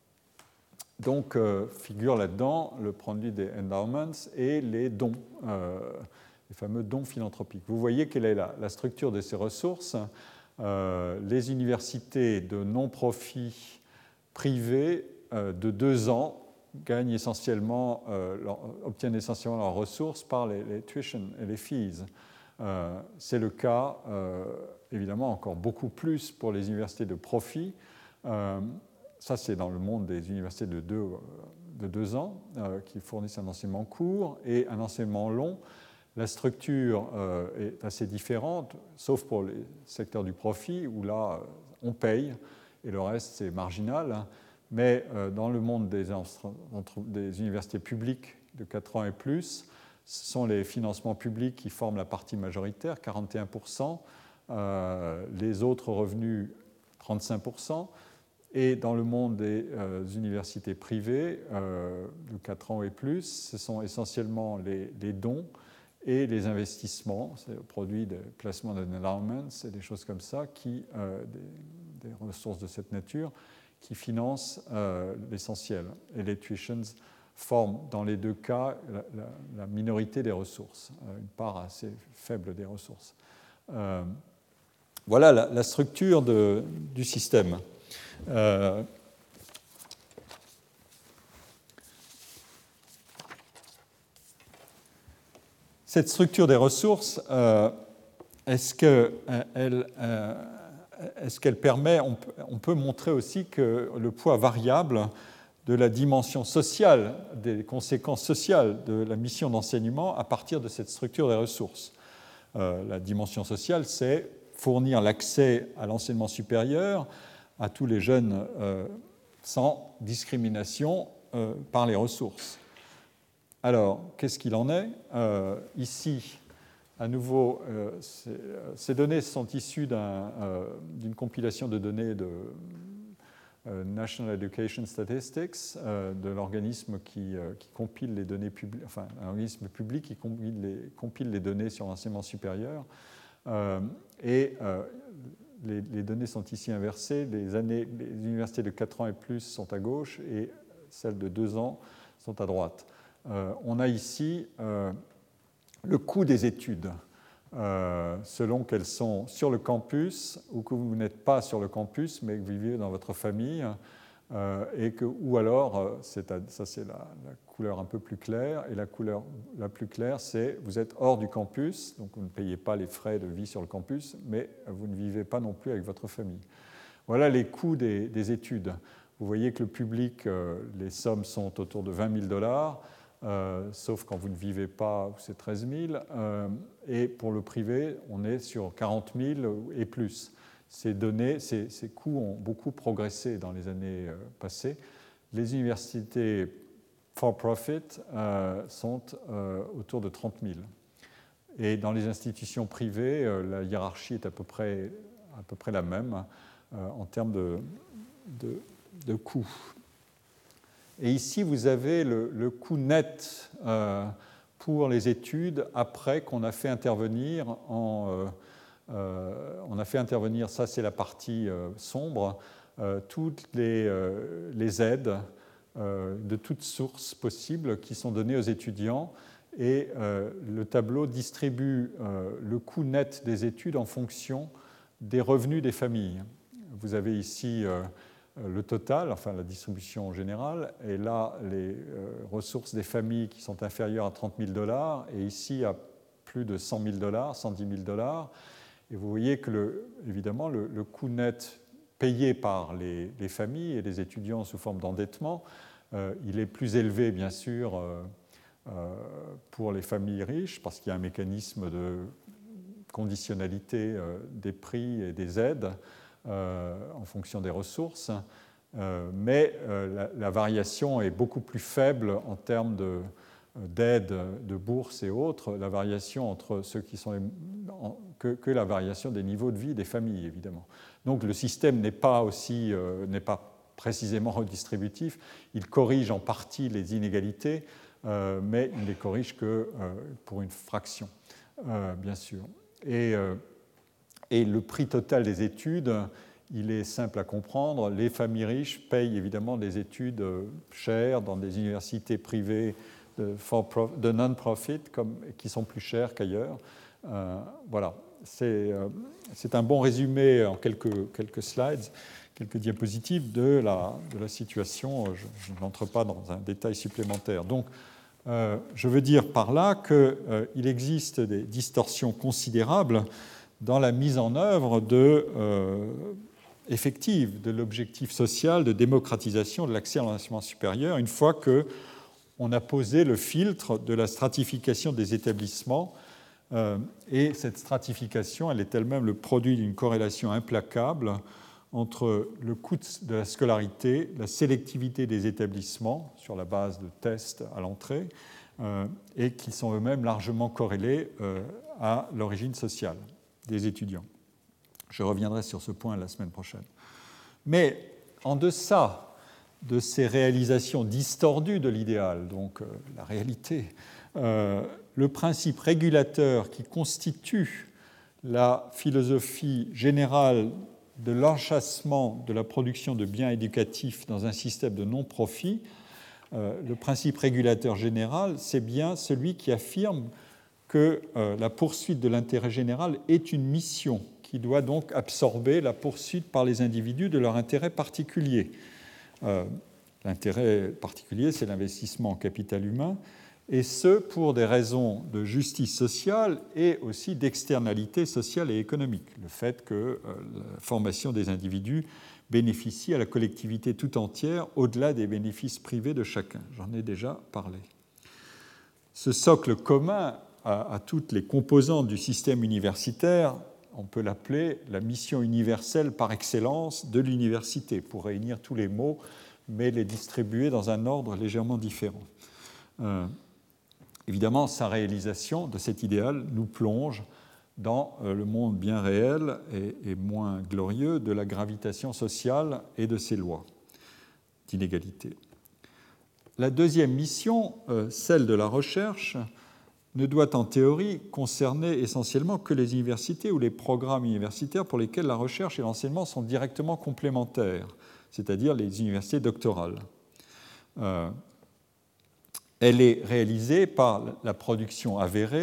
donc, euh, figure là-dedans le produit des endowments et les dons, euh, les fameux dons philanthropiques. Vous voyez quelle est la, la structure de ces ressources. Euh, les universités de non-profit privées euh, de deux ans gagnent essentiellement, euh, leur, obtiennent essentiellement leurs ressources par les, les tuition et les fees. Euh, c'est le cas, euh, évidemment, encore beaucoup plus pour les universités de profit. Euh, ça, c'est dans le monde des universités de deux, de deux ans euh, qui fournissent un enseignement court et un enseignement long. La structure euh, est assez différente, sauf pour les secteurs du profit, où là, on paye, et le reste, c'est marginal. Mais euh, dans le monde des, entre, des universités publiques de quatre ans et plus, ce sont les financements publics qui forment la partie majoritaire, quarante et un pour cent, euh, les autres revenus, trente-cinq pour cent. Et dans le monde des euh, universités privées euh, de quatre ans et plus, ce sont essentiellement les, les dons et les investissements, c'est le produit de placement d'endowments et des choses comme ça, qui, euh, des, des ressources de cette nature, qui financent euh, l'essentiel. Et les tuitions forment dans les deux cas la, la, la minorité des ressources, euh, une part assez faible des ressources. Euh, voilà la, la structure de, du système. Euh, Cette structure des ressources, euh, est-ce qu'elle euh, est-ce qu'elle permet, on peut, on peut montrer aussi que le poids variable de la dimension sociale, des conséquences sociales de la mission d'enseignement à partir de cette structure des ressources. Euh, la dimension sociale, c'est fournir l'accès à l'enseignement supérieur à tous les jeunes euh, sans discrimination euh, par les ressources. Alors, qu'est-ce qu'il en est ? euh, Ici, à nouveau, euh, ces, ces données sont issues d'un, euh, d'une compilation de données de euh, National Education Statistics, euh, de l'organisme qui, euh, qui compile les données publiques, enfin, un organisme public qui compile les, compile les données sur l'enseignement supérieur. Euh, et euh, les, les données sont ici inversées. Les, années, les universités de quatre ans et plus sont à gauche et celles de deux ans sont à droite. Euh, on a ici euh, le coût des études. euh, selon qu'elles sont sur le campus ou que vous n'êtes pas sur le campus, mais que vous vivez dans votre famille, euh, et que, ou alors, euh, c'est à, ça c'est la, la couleur un peu plus claire, et la couleur la plus claire, c'est vous êtes hors du campus, donc vous ne payez pas les frais de vie sur le campus, mais vous ne vivez pas non plus avec votre famille. Voilà les coûts des, des études. Vous voyez que le public, euh, les sommes sont autour de vingt mille dollars, euh, sauf quand vous ne vivez pas, c'est treize mille. Euh, et pour le privé, on est sur quarante mille et plus. Ces données, ces, ces coûts ont beaucoup progressé dans les années euh, passées. Les universités for-profit euh, sont euh, autour de trente mille. Et dans les institutions privées, euh, la hiérarchie est à peu près, à peu près la même euh, en termes de, de, de coûts. Et ici, vous avez le, le coût net euh, pour les études après qu'on a fait intervenir en... Euh, euh, on a fait intervenir, ça c'est la partie euh, sombre, euh, toutes les, euh, les aides euh, de toutes sources possibles qui sont données aux étudiants. Et euh, le tableau distribue euh, le coût net des études en fonction des revenus des familles. Vous avez ici euh, le total, enfin la distribution générale, et là les euh, ressources des familles qui sont inférieures à trente mille dollars, et ici à plus de cent mille dollars, cent dix mille dollars. Et vous voyez que, le, évidemment, le, le coût net payé par les, les familles et les étudiants sous forme d'endettement, euh, il est plus élevé, bien sûr, euh, euh, pour les familles riches, parce qu'il y a un mécanisme de conditionnalité euh, des prix et des aides euh, en fonction des ressources, euh, mais euh, la, la variation est beaucoup plus faible en termes de d'aide, de bourse et autres, la variation entre ceux qui sont les, que, que la variation des niveaux de vie des familles, évidemment. Donc le système n'est pas aussi, euh, n'est pas précisément redistributif. Il corrige en partie les inégalités, euh, mais il ne les corrige que euh, pour une fraction, euh, bien sûr. Et, euh, et le prix total des études, il est simple à comprendre. Les familles riches payent évidemment des études chères dans des universités privées de, de non-profit qui sont plus chères qu'ailleurs. Euh, voilà, c'est, euh, c'est un bon résumé en quelques, quelques slides, quelques diapositives de la, de la situation. Je, je n'entre pas dans un détail supplémentaire. Donc, euh, je veux dire par là qu'il euh, existe des distorsions considérables dans la mise en œuvre de, euh, effective de l'objectif social de démocratisation de l'accès à l'enseignement supérieur, une fois qu'on a posé le filtre de la stratification des établissements. Euh, et cette stratification, elle est elle-même le produit d'une corrélation implacable entre le coût de la scolarité, la sélectivité des établissements sur la base de tests à l'entrée, euh, et qui sont eux-mêmes largement corrélés euh, à l'origine sociale des étudiants. Je reviendrai sur ce point la semaine prochaine. Mais en deçà de ces réalisations distordues de l'idéal, donc euh, la réalité, euh, le principe régulateur qui constitue la philosophie générale de l'enchâssement de la production de biens éducatifs dans un système de non-profit, euh, le principe régulateur général, c'est bien celui qui affirme que euh, la poursuite de l'intérêt général est une mission qui doit donc absorber la poursuite par les individus de leur intérêt particulier. Euh, l'intérêt particulier, c'est l'investissement en capital humain, et ce, pour des raisons de justice sociale et aussi d'externalité sociale et économique. Le fait que euh, la formation des individus bénéficie à la collectivité tout entière au-delà des bénéfices privés de chacun. J'en ai déjà parlé. Ce socle commun à, à toutes les composantes du système universitaire, on peut l'appeler la mission universelle par excellence de l'université, pour réunir tous les mots, mais les distribuer dans un ordre légèrement différent. Euh, Évidemment, sa réalisation de cet idéal nous plonge dans le monde bien réel et, et moins glorieux de la gravitation sociale et de ses lois d'inégalité. La deuxième mission, celle de la recherche, ne doit en théorie concerner essentiellement que les universités ou les programmes universitaires pour lesquels la recherche et l'enseignement sont directement complémentaires, c'est-à-dire les universités doctorales. Euh, Elle est réalisée par la production avérée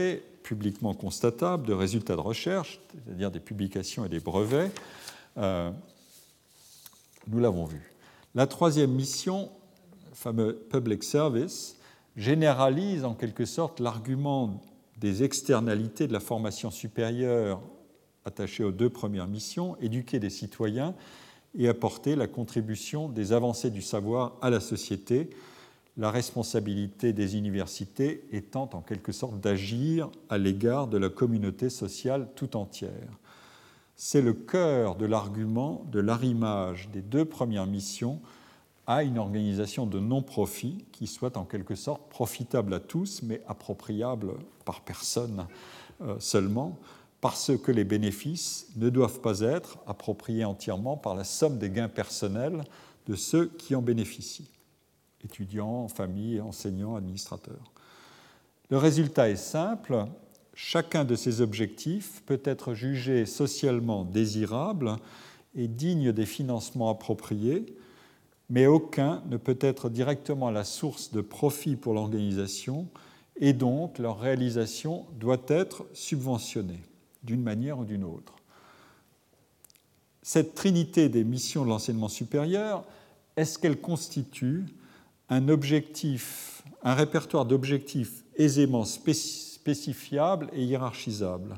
publiquement constatables de résultats de recherche, c'est-à-dire des publications et des brevets. Euh, nous l'avons vu. La troisième mission, le fameux public service, généralise en quelque sorte l'argument des externalités de la formation supérieure attachée aux deux premières missions, éduquer des citoyens et apporter la contribution des avancées du savoir à la société, la responsabilité des universités étant en quelque sorte d'agir à l'égard de la communauté sociale tout entière. C'est le cœur de l'argument de l'arrimage des deux premières missions à une organisation de non-profit qui soit en quelque sorte profitable à tous, mais appropriable par personne euh, seulement, parce que les bénéfices ne doivent pas être appropriés entièrement par la somme des gains personnels de ceux qui en bénéficient, étudiants, familles, enseignants, administrateurs. Le résultat est simple. Chacun de ces objectifs peut être jugé socialement désirable et digne des financements appropriés, mais aucun ne peut être directement la source de profit pour l'organisation et donc leur réalisation doit être subventionnée d'une manière ou d'une autre. Cette trinité des missions de l'enseignement supérieur, est-ce qu'elle constitue un objectif, un répertoire d'objectifs aisément spécifiables et hiérarchisables?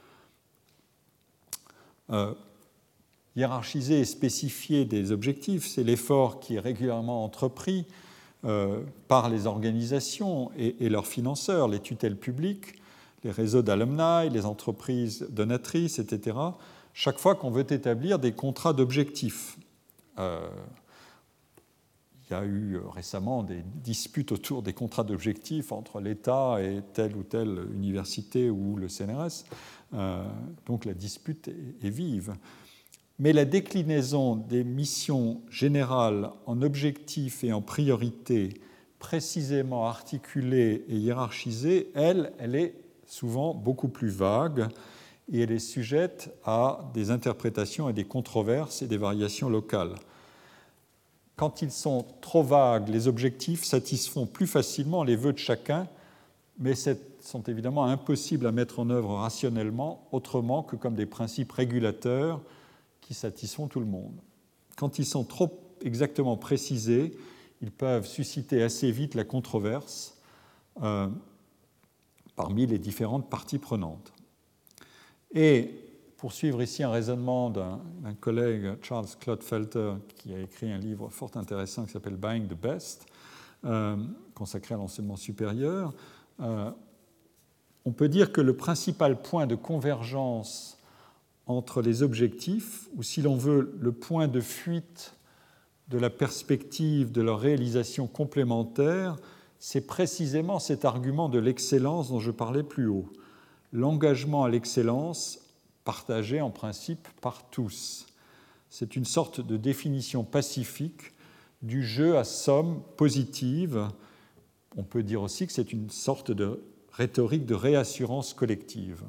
Euh, hiérarchiser et spécifier des objectifs, c'est l'effort qui est régulièrement entrepris euh, par les organisations et, et leurs financeurs, les tutelles publiques, les réseaux d'alumni, les entreprises donatrices, et cetera, chaque fois qu'on veut établir des contrats d'objectifs. Euh, il y a eu récemment des disputes autour des contrats d'objectifs entre l'État et telle ou telle université ou le C N R S, euh, donc la dispute est, est vive. Mais la déclinaison des missions générales en objectifs et en priorités précisément articulées et hiérarchisées, elle, elle est souvent beaucoup plus vague et elle est sujette à des interprétations et des controverses et des variations locales. Quand ils sont trop vagues, les objectifs satisfont plus facilement les vœux de chacun, mais sont évidemment impossibles à mettre en œuvre rationnellement autrement que comme des principes régulateurs qui satisfont tout le monde. Quand ils sont trop exactement précisés, ils peuvent susciter assez vite la controverse euh, parmi les différentes parties prenantes. Et pour suivre ici un raisonnement d'un, d'un collègue, Charles Clodfelter, qui a écrit un livre fort intéressant qui s'appelle Buying the Best, euh, consacré à l'enseignement supérieur, euh, on peut dire que le principal point de convergence entre les objectifs, ou si l'on veut, le point de fuite de la perspective de leur réalisation complémentaire, c'est précisément cet argument de l'excellence dont je parlais plus haut. L'engagement à l'excellence partagé en principe par tous. C'est une sorte de définition pacifique du jeu à somme positive. On peut dire aussi que c'est une sorte de rhétorique de réassurance collective.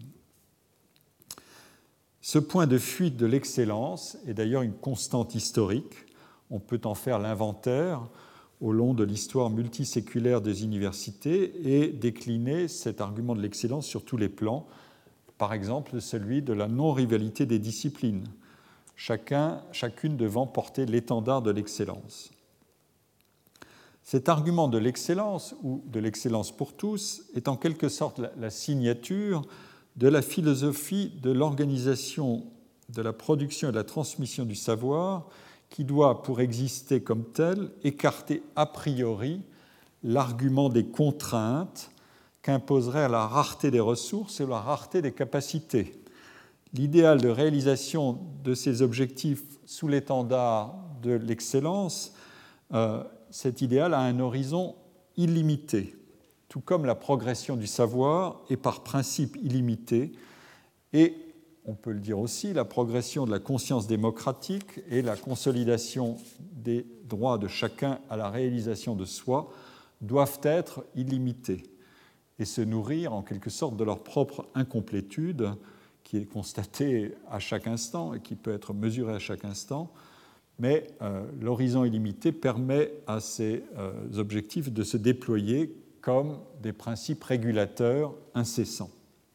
Ce point de fuite de l'excellence est d'ailleurs une constante historique. On peut en faire l'inventaire au long de l'histoire multiséculaire des universités et décliner cet argument de l'excellence sur tous les plans, par exemple celui de la non-rivalité des disciplines, chacun, chacune devant porter l'étendard de l'excellence. Cet argument de l'excellence, ou de l'excellence pour tous, est en quelque sorte la, la signature de la philosophie de l'organisation de la production et de la transmission du savoir qui doit, pour exister comme tel, écarter a priori l'argument des contraintes qu'imposerait la rareté des ressources et la rareté des capacités. L'idéal de réalisation de ces objectifs sous l'étendard de l'excellence, euh, cet idéal a un horizon illimité, tout comme la progression du savoir est par principe illimitée, et on peut le dire aussi, la progression de la conscience démocratique et la consolidation des droits de chacun à la réalisation de soi doivent être illimitées et se nourrir en quelque sorte de leur propre incomplétude qui est constatée à chaque instant et qui peut être mesurée à chaque instant, mais euh, l'horizon illimité permet à ces euh, objectifs de se déployer comme des principes régulateurs incessants.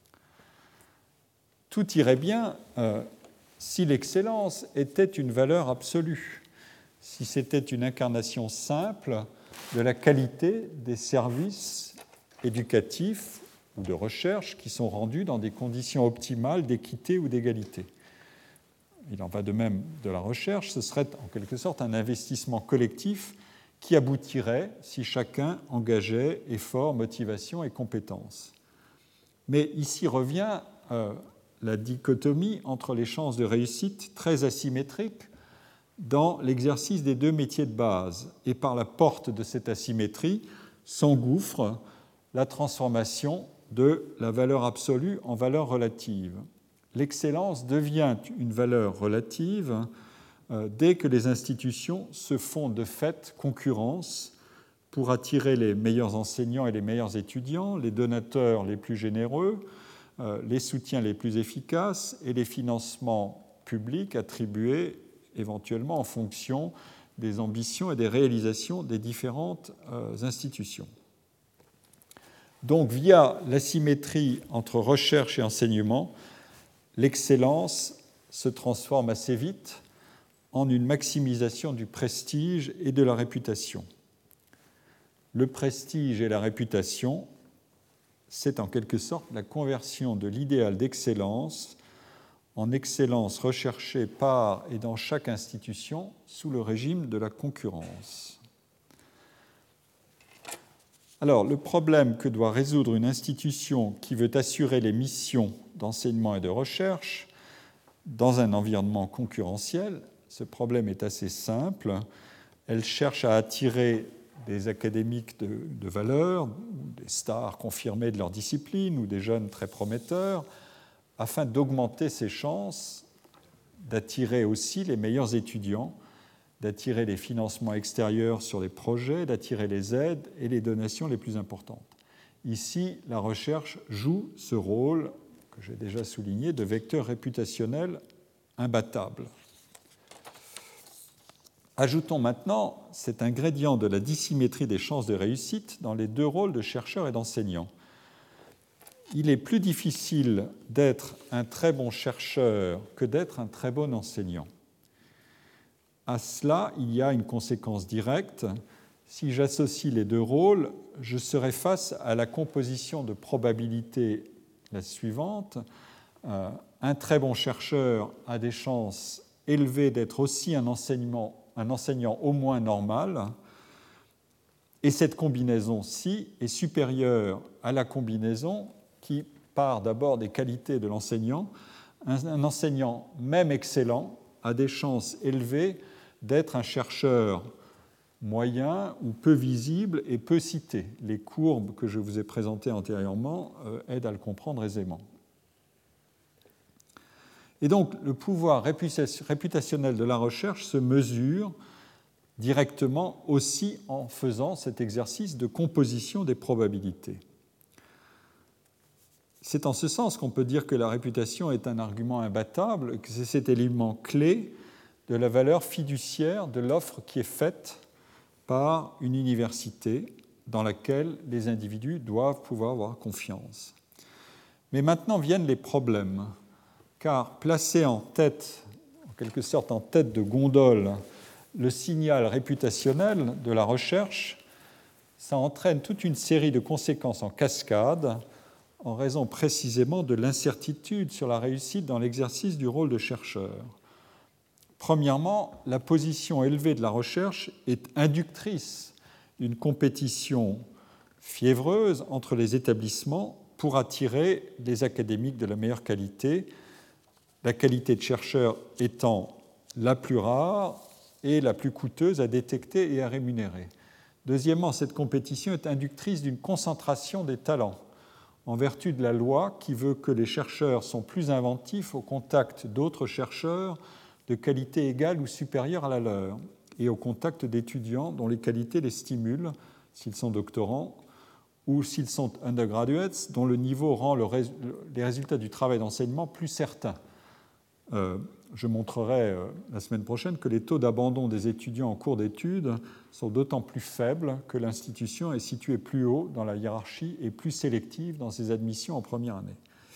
tout irait bien euh, si l'excellence était une valeur absolue, si c'était une incarnation simple de la qualité des services éducatifs ou de recherche qui sont rendus dans des conditions optimales d'équité ou d'égalité. Il en va de même de la recherche, ce serait en quelque sorte un investissement collectif qui aboutirait si chacun engageait effort, motivation et compétences. Mais ici revient euh, la dichotomie entre les chances de réussite très asymétriques dans l'exercice des deux métiers de base. Et par la porte de cette asymétrie s'engouffre la transformation de la valeur absolue en valeur relative. L'excellence devient une valeur relative euh, dès que les institutions se font de fait concurrence pour attirer les meilleurs enseignants et les meilleurs étudiants, les donateurs les plus généreux, euh, les soutiens les plus efficaces et les financements publics attribués éventuellement en fonction des ambitions et des réalisations des différentes euh, institutions. Donc, via l'asymétrie entre recherche et enseignement, l'excellence se transforme assez vite en une maximisation du prestige et de la réputation. Le prestige et la réputation, c'est en quelque sorte la conversion de l'idéal d'excellence en excellence recherchée par et dans chaque institution sous le régime de la concurrence. Alors, le problème que doit résoudre une institution qui veut assurer les missions d'enseignement et de recherche dans un environnement concurrentiel, ce problème est assez simple. Elle cherche à attirer des académiques de, de valeur, des stars confirmées de leur discipline ou des jeunes très prometteurs, afin d'augmenter ses chances d'attirer aussi les meilleurs étudiants, d'attirer les financements extérieurs sur les projets, d'attirer les aides et les donations les plus importantes. Ici, la recherche joue ce rôle, que j'ai déjà souligné, de vecteur réputationnel imbattable. Ajoutons maintenant cet ingrédient de la dissymétrie des chances de réussite dans les deux rôles de chercheur et d'enseignant. Il est plus difficile d'être un très bon chercheur que d'être un très bon enseignant. À cela, il y a une conséquence directe. Si j'associe les deux rôles, je serai face à la composition de probabilité la suivante. Euh, un très bon chercheur a des chances élevées d'être aussi un, enseignement, un enseignant au moins normal, et cette combinaison-ci est supérieure à la combinaison qui part d'abord des qualités de l'enseignant. Un, un enseignant, même excellent, a des chances élevées d'être un chercheur moyen ou peu visible et peu cité. Les courbes que je vous ai présentées antérieurement euh, aident à le comprendre aisément. Et donc, le pouvoir réputationnel de la recherche se mesure directement aussi en faisant cet exercice de composition des probabilités. C'est en ce sens qu'on peut dire que la réputation est un argument imbattable, que c'est cet élément clé de la valeur fiduciaire de l'offre qui est faite par une université dans laquelle les individus doivent pouvoir avoir confiance. Mais maintenant viennent les problèmes, car placer en tête, en quelque sorte en tête de gondole, le signal réputationnel de la recherche, ça entraîne toute une série de conséquences en cascade en raison précisément de l'incertitude sur la réussite dans l'exercice du rôle de chercheur. Premièrement, la position élevée de la recherche est inductrice d'une compétition fiévreuse entre les établissements pour attirer les académiques de la meilleure qualité, la qualité de chercheur étant la plus rare et la plus coûteuse à détecter et à rémunérer. Deuxièmement, cette compétition est inductrice d'une concentration des talents, en vertu de la loi qui veut que les chercheurs sont plus inventifs au contact d'autres chercheurs de qualité égale ou supérieure à la leur, et au contact d'étudiants dont les qualités les stimulent, s'ils sont doctorants, ou s'ils sont undergraduates, dont le niveau rend le rés- les résultats du travail d'enseignement plus certains. Euh, je montrerai euh, la semaine prochaine que les taux d'abandon des étudiants en cours d'études sont d'autant plus faibles que l'institution est située plus haut dans la hiérarchie et plus sélective dans ses admissions en première année.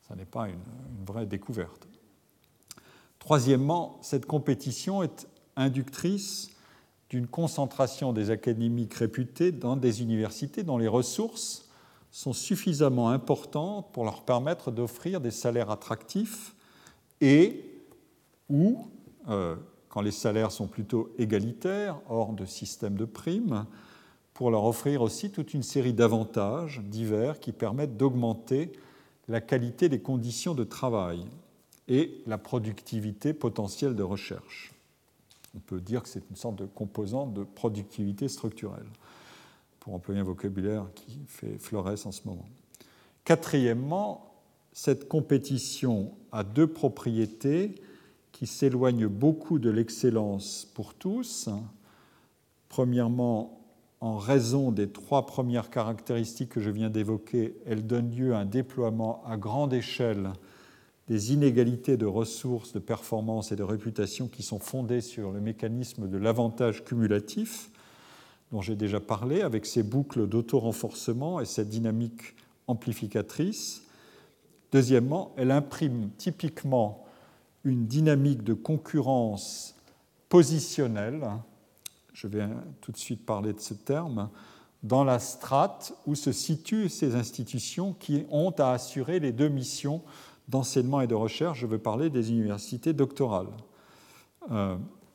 Ce n'est pas une, une vraie découverte. Troisièmement, cette compétition est inductrice d'une concentration des académiques réputés dans des universités dont les ressources sont suffisamment importantes pour leur permettre d'offrir des salaires attractifs et ou, euh, quand les salaires sont plutôt égalitaires, hors de système de primes, pour leur offrir aussi toute une série d'avantages divers qui permettent d'augmenter la qualité des conditions de travail et la productivité potentielle de recherche. On peut dire que c'est une sorte de composante de productivité structurelle, pour employer un vocabulaire qui fait florès en ce moment. Quatrièmement, cette compétition a deux propriétés qui s'éloignent beaucoup de l'excellence pour tous. Premièrement, en raison des trois premières caractéristiques que je viens d'évoquer, elle donne lieu à un déploiement à grande échelle des inégalités de ressources, de performance et de réputation qui sont fondées sur le mécanisme de l'avantage cumulatif, dont j'ai déjà parlé, avec ses boucles d'auto-renforcement et cette dynamique amplificatrice. Deuxièmement, elle imprime typiquement une dynamique de concurrence positionnelle, je vais tout de suite parler de ce terme, dans la strate où se situent ces institutions qui ont à assurer les deux missions d'enseignement et de recherche. Je veux parler des universités doctorales. Euh,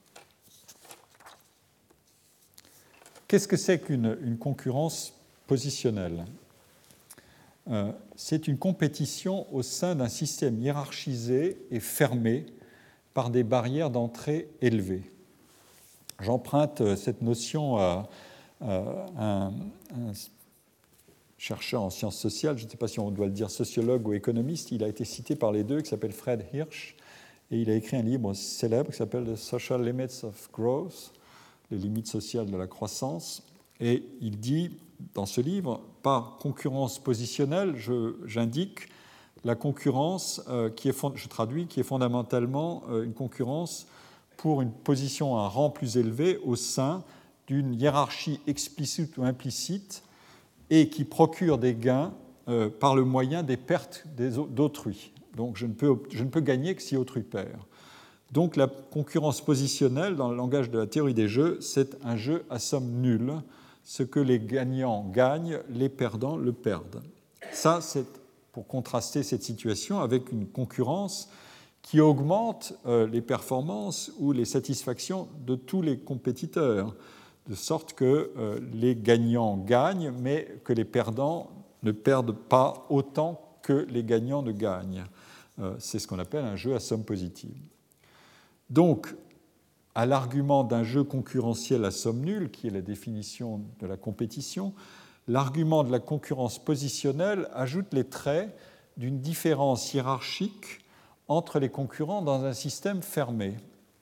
qu'est-ce que c'est qu'une une concurrence positionnelle ? euh, C'est une compétition au sein d'un système hiérarchisé et fermé par des barrières d'entrée élevées. J'emprunte cette notion à, à un, un chercheur en sciences sociales, je ne sais pas si on doit le dire sociologue ou économiste, il a été cité par les deux, qui s'appelle Fred Hirsch, et il a écrit un livre célèbre qui s'appelle The Social Limits of Growth, les limites sociales de la croissance, et il dit dans ce livre, par concurrence positionnelle, je, j'indique la concurrence euh, qui est, je traduis, qui est fondamentalement euh, une concurrence pour une position, un rang plus élevé au sein d'une hiérarchie explicite ou implicite et qui procure des gains euh, par le moyen des pertes des, d'autrui. Donc je ne, peux, je ne peux gagner que si autrui perd. Donc la concurrence positionnelle, dans le langage de la théorie des jeux, c'est un jeu à somme nulle. Ce que les gagnants gagnent, les perdants le perdent. Ça, c'est pour contraster cette situation avec une concurrence qui augmente euh, les performances ou les satisfactions de tous les compétiteurs, de sorte que euh, les gagnants gagnent, mais que les perdants ne perdent pas autant que les gagnants ne gagnent. Euh, c'est ce qu'on appelle un jeu à somme positive. Donc, à l'argument d'un jeu concurrentiel à somme nulle, qui est la définition de la compétition, l'argument de la concurrence positionnelle ajoute les traits d'une différence hiérarchique entre les concurrents dans un système fermé.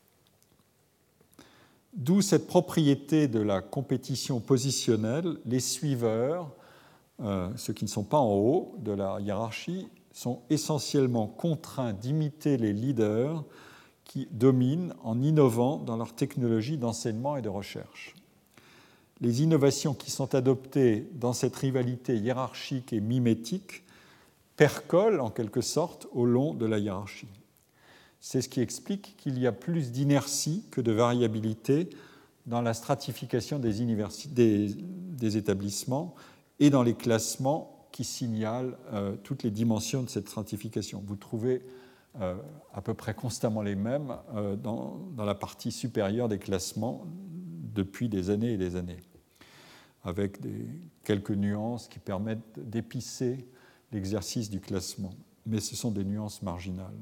D'où cette propriété de la compétition positionnelle. Les suiveurs, euh, ceux qui ne sont pas en haut de la hiérarchie, sont essentiellement contraints d'imiter les leaders qui dominent en innovant dans leur technologie d'enseignement et de recherche. Les innovations qui sont adoptées dans cette rivalité hiérarchique et mimétique percolent en quelque sorte au long de la hiérarchie. C'est ce qui explique qu'il y a plus d'inertie que de variabilité dans la stratification des, des, des établissements et dans les classements qui signalent euh, toutes les dimensions de cette stratification. Vous trouvez euh, à peu près constamment les mêmes euh, dans, dans la partie supérieure des classements depuis des années et des années, avec des, quelques nuances qui permettent d'épicer l'exercice du classement, mais ce sont des nuances marginales.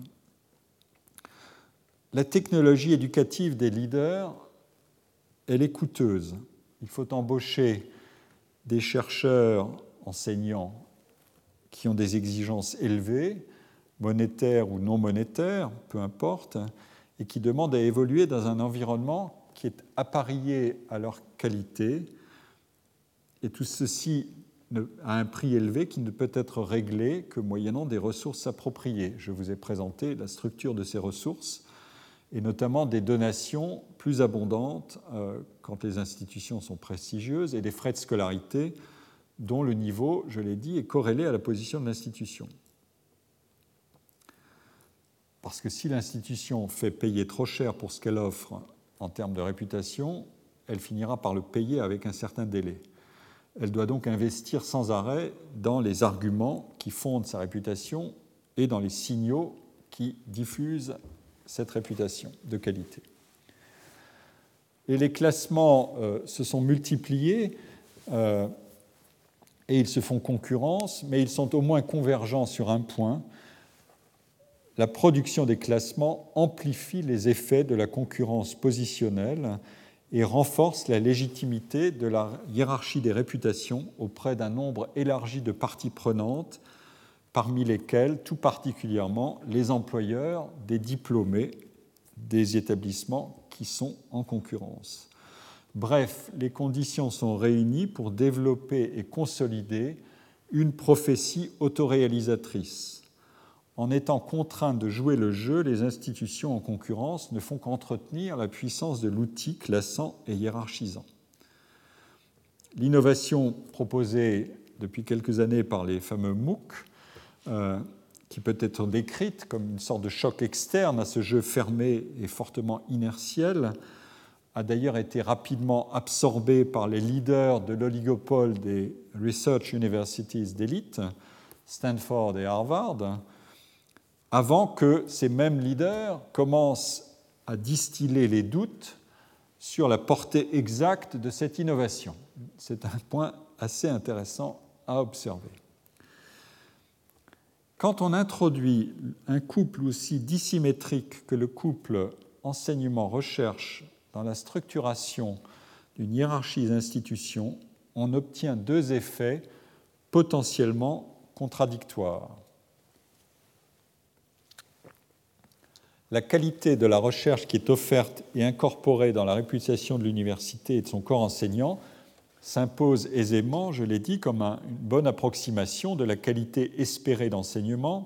La technologie éducative des leaders, elle est coûteuse. Il faut embaucher des chercheurs enseignants qui ont des exigences élevées, monétaires ou non monétaires, peu importe, et qui demandent à évoluer dans un environnement qui est apparié à leur qualité, et tout ceci à un prix élevé qui ne peut être réglé que moyennant des ressources appropriées. Je vous ai présenté la structure de ces ressources, et notamment des donations plus abondantes euh, quand les institutions sont prestigieuses, et des frais de scolarité dont le niveau, je l'ai dit, est corrélé à la position de l'institution. parce que si l'institution fait payer trop cher pour ce qu'elle offre en termes de réputation, elle finira par le payer avec un certain délai. Elle doit donc investir sans arrêt dans les arguments qui fondent sa réputation et dans les signaux qui diffusent cette réputation de qualité. Et les classements euh, se sont multipliés euh, et ils se font concurrence, mais ils sont au moins convergents sur un point. La production des classements amplifie les effets de la concurrence positionnelle et renforce la légitimité de la hiérarchie des réputations auprès d'un nombre élargi de parties prenantes, parmi lesquelles tout particulièrement les employeurs des diplômés des établissements qui sont en concurrence. Bref, les conditions sont réunies pour développer et consolider une prophétie autoréalisatrice. En étant contraintes de jouer le jeu, les institutions en concurrence ne font qu'entretenir la puissance de l'outil classant et hiérarchisant. L'innovation proposée depuis quelques années par les fameux MOOC, euh, qui peut être décrite comme une sorte de choc externe à ce jeu fermé et fortement inertiel, a d'ailleurs été rapidement absorbée par les leaders de l'oligopole des Research Universities d'élite, Stanford et Harvard, avant que ces mêmes leaders commencent à distiller les doutes sur la portée exacte de cette innovation. C'est un point assez intéressant à observer. Quand on introduit un couple aussi dissymétrique que le couple enseignement-recherche dans la structuration d'une hiérarchie d'institutions, on obtient deux effets potentiellement contradictoires. La qualité de la recherche qui est offerte et incorporée dans la réputation de l'université et de son corps enseignant s'impose aisément, je l'ai dit, comme un, une bonne approximation de la qualité espérée d'enseignement,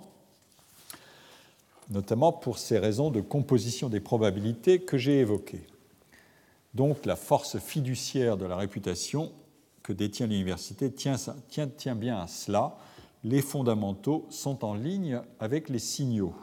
notamment pour ces raisons de composition des probabilités que j'ai évoquées. Donc la force fiduciaire de la réputation que détient l'université tient, tient, tient bien à cela. Les fondamentaux sont en ligne avec les signaux.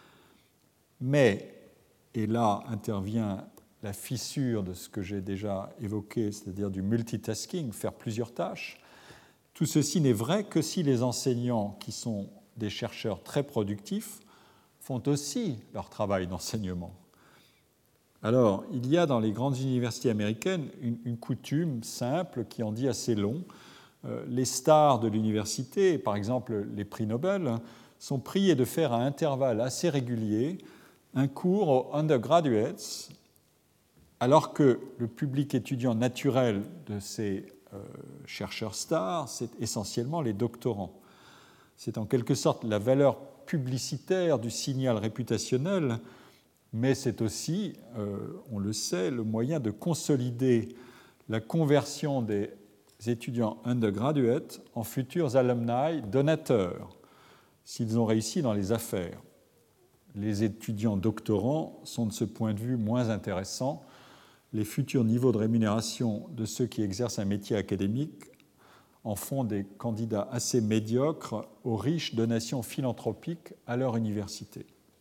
Mais, et là intervient la fissure de ce que j'ai déjà évoqué, c'est-à-dire du multitasking, faire plusieurs tâches, tout ceci n'est vrai que si les enseignants, qui sont des chercheurs très productifs, font aussi leur travail d'enseignement. Alors, il y a dans les grandes universités américaines une, une coutume simple qui en dit assez long. Euh, les stars de l'université, par exemple les prix Nobel, sont priés de faire à intervalles assez réguliers un cours aux undergraduates, alors que le public étudiant naturel de ces euh, chercheurs stars, c'est essentiellement les doctorants. C'est en quelque sorte la valeur publicitaire du signal réputationnel, mais c'est aussi, euh, on le sait, le moyen de consolider la conversion des étudiants undergraduates en futurs alumni donateurs, s'ils ont réussi dans les affaires. Les étudiants doctorants sont de ce point de vue moins intéressants. Les futurs niveaux de rémunération de ceux qui exercent un métier académique en font des candidats assez médiocres aux riches donations philanthropiques à leur université.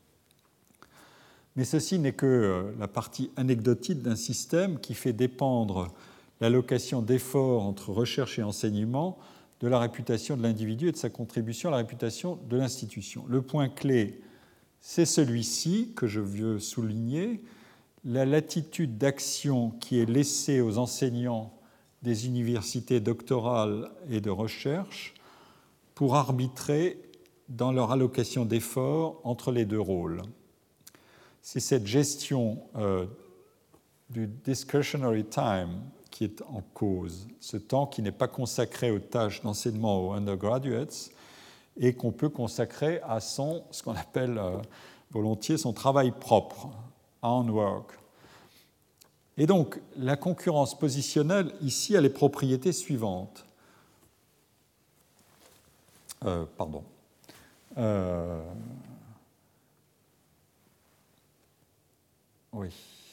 Mais ceci n'est que la partie anecdotique d'un système qui fait dépendre l'allocation d'efforts entre recherche et enseignement de la réputation de l'individu et de sa contribution à la réputation de l'institution. Le point clé, c'est celui-ci que je veux souligner, la latitude d'action qui est laissée aux enseignants des universités doctorales et de recherche pour arbitrer dans leur allocation d'efforts entre les deux rôles. C'est cette gestion euh, du discretionary time qui est en cause, ce temps qui n'est pas consacré aux tâches d'enseignement aux undergraduates et qu'on peut consacrer à son, ce qu'on appelle euh, volontiers son travail propre, own work. Et donc, la concurrence positionnelle, ici, a les propriétés suivantes. Euh, pardon. Euh, oui.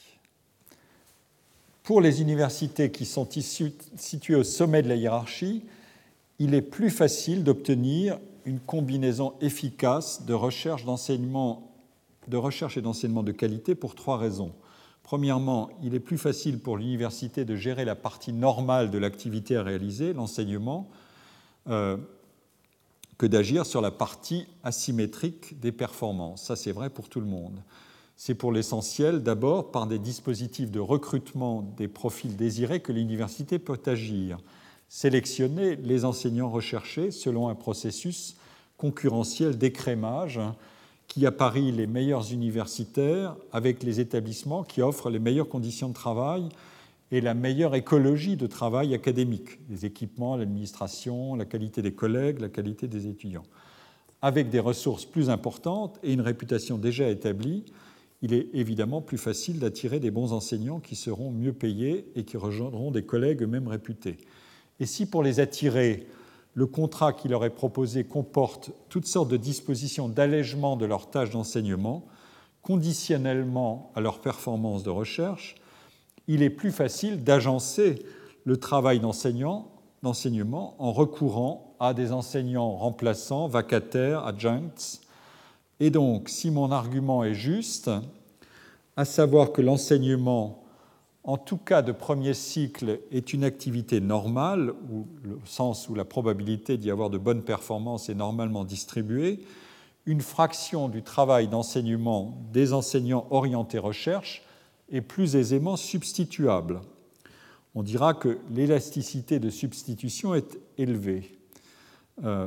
Pour les universités qui sont issues, situées au sommet de la hiérarchie, il est plus facile d'obtenir une combinaison efficace de recherche d'enseignement de recherche et d'enseignement de qualité pour trois raisons. Premièrement, il est plus facile pour l'université de gérer la partie normale de l'activité à réaliser, l'enseignement, euh, que d'agir sur la partie asymétrique des performances. Ça, c'est vrai pour tout le monde. C'est pour l'essentiel, d'abord, par des dispositifs de recrutement des profils désirés que l'université peut agir. Sélectionner les enseignants recherchés selon un processus concurrentiel d'écrémage qui apparie les meilleurs universitaires avec les établissements qui offrent les meilleures conditions de travail et la meilleure écologie de travail académique, les équipements, l'administration, la qualité des collègues, la qualité des étudiants. Avec des ressources plus importantes et une réputation déjà établie, il est évidemment plus facile d'attirer des bons enseignants qui seront mieux payés et qui rejoindront des collègues eux-mêmes réputés. Et si pour les attirer, le contrat qui leur est proposé comporte toutes sortes de dispositions d'allègement de leurs tâches d'enseignement, conditionnellement à leur performance de recherche, il est plus facile d'agencer le travail d'enseignant, d'enseignement en recourant à des enseignants remplaçants, vacataires, adjuncts. Et donc, si mon argument est juste, à savoir que l'enseignement, en tout cas de premier cycle, est une activité normale, ou le sens où la probabilité d'y avoir de bonnes performances est normalement distribuée, une fraction du travail d'enseignement des enseignants orientés recherche est plus aisément substituable. On dira que l'élasticité de substitution est élevée. Euh,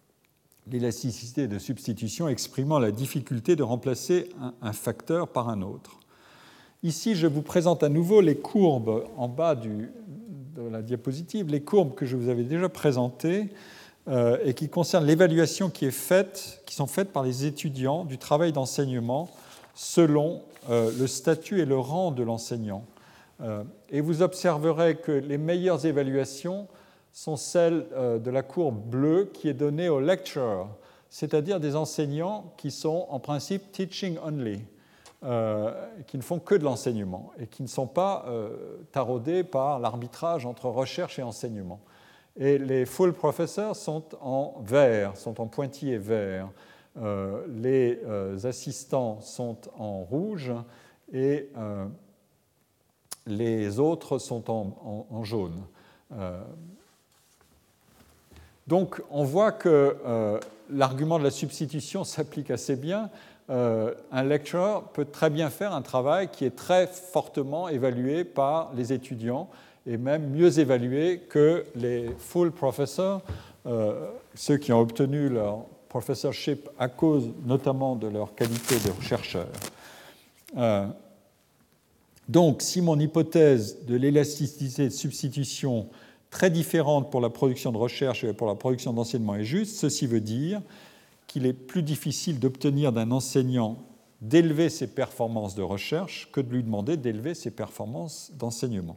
l'élasticité de substitution exprimant la difficulté de remplacer un, un facteur par un autre. Ici, je vous présente à nouveau les courbes en bas du, de la diapositive, les courbes que je vous avais déjà présentées euh, et qui concernent l'évaluation qui est faite, qui sont faites par les étudiants du travail d'enseignement selon euh, le statut et le rang de l'enseignant. Euh, et vous observerez que les meilleures évaluations sont celles euh, de la courbe bleue qui est donnée aux lecturers, c'est-à-dire des enseignants qui sont en principe teaching only. Euh, qui ne font que de l'enseignement et qui ne sont pas euh, taraudés par l'arbitrage entre recherche et enseignement. Et les full professors sont en vert, sont en pointillés vert. Euh, les euh, assistants sont en rouge et euh, les autres sont en, en, en jaune. Euh, donc on voit que euh, l'argument de la substitution s'applique assez bien. Euh, un lecturer peut très bien faire un travail qui est très fortement évalué par les étudiants et même mieux évalué que les full professors, euh, ceux qui ont obtenu leur professorship à cause notamment de leur qualité de chercheur. Euh, donc, si mon hypothèse de l'élasticité de substitution très différente pour la production de recherche et pour la production d'enseignement est juste, ceci veut dire qu'il est plus difficile d'obtenir d'un enseignant d'élever ses performances de recherche que de lui demander d'élever ses performances d'enseignement.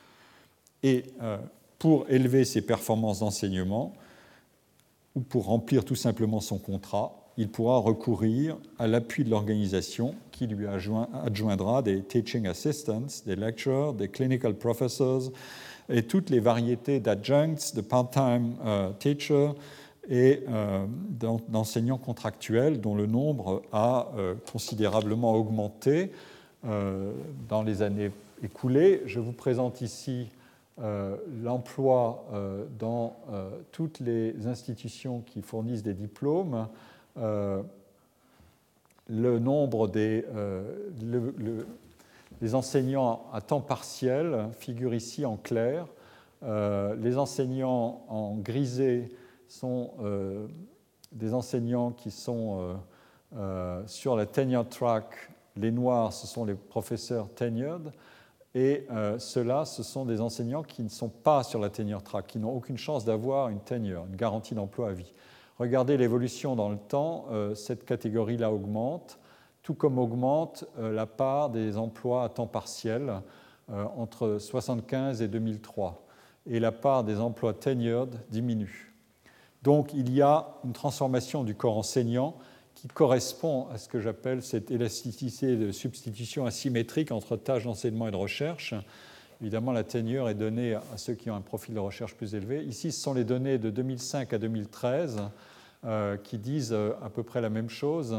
Et euh, pour élever ses performances d'enseignement, ou pour remplir tout simplement son contrat, il pourra recourir à l'appui de l'organisation qui lui adjoint, adjoindra des teaching assistants, des lecturers, des clinical professors et toutes les variétés d'adjuncts, de part-time uh, teachers, et euh, d'enseignants contractuels dont le nombre a euh, considérablement augmenté euh, dans les années écoulées. Je vous présente ici euh, l'emploi euh, dans euh, toutes les institutions qui fournissent des diplômes, euh, le nombre des euh, le, le, les enseignants à temps partiel figure ici en clair, euh, les enseignants en grisé sont euh, des enseignants qui sont euh, euh, sur la tenure track. Les noirs, ce sont les professeurs tenured, et euh, ceux-là, ce sont des enseignants qui ne sont pas sur la tenure track, qui n'ont aucune chance d'avoir une tenure, une garantie d'emploi à vie. Regardez l'évolution dans le temps, euh, cette catégorie-là augmente, tout comme augmente euh, la part des emplois à temps partiel euh, entre soixante-quinze et deux mille trois, et la part des emplois tenured diminue. Donc, il y a une transformation du corps enseignant qui correspond à ce que j'appelle cette élasticité de substitution asymétrique entre tâches d'enseignement et de recherche. Évidemment, la tenure est donnée à ceux qui ont un profil de recherche plus élevé. Ici, ce sont les données de deux mille cinq à deux mille treize euh, qui disent à peu près la même chose.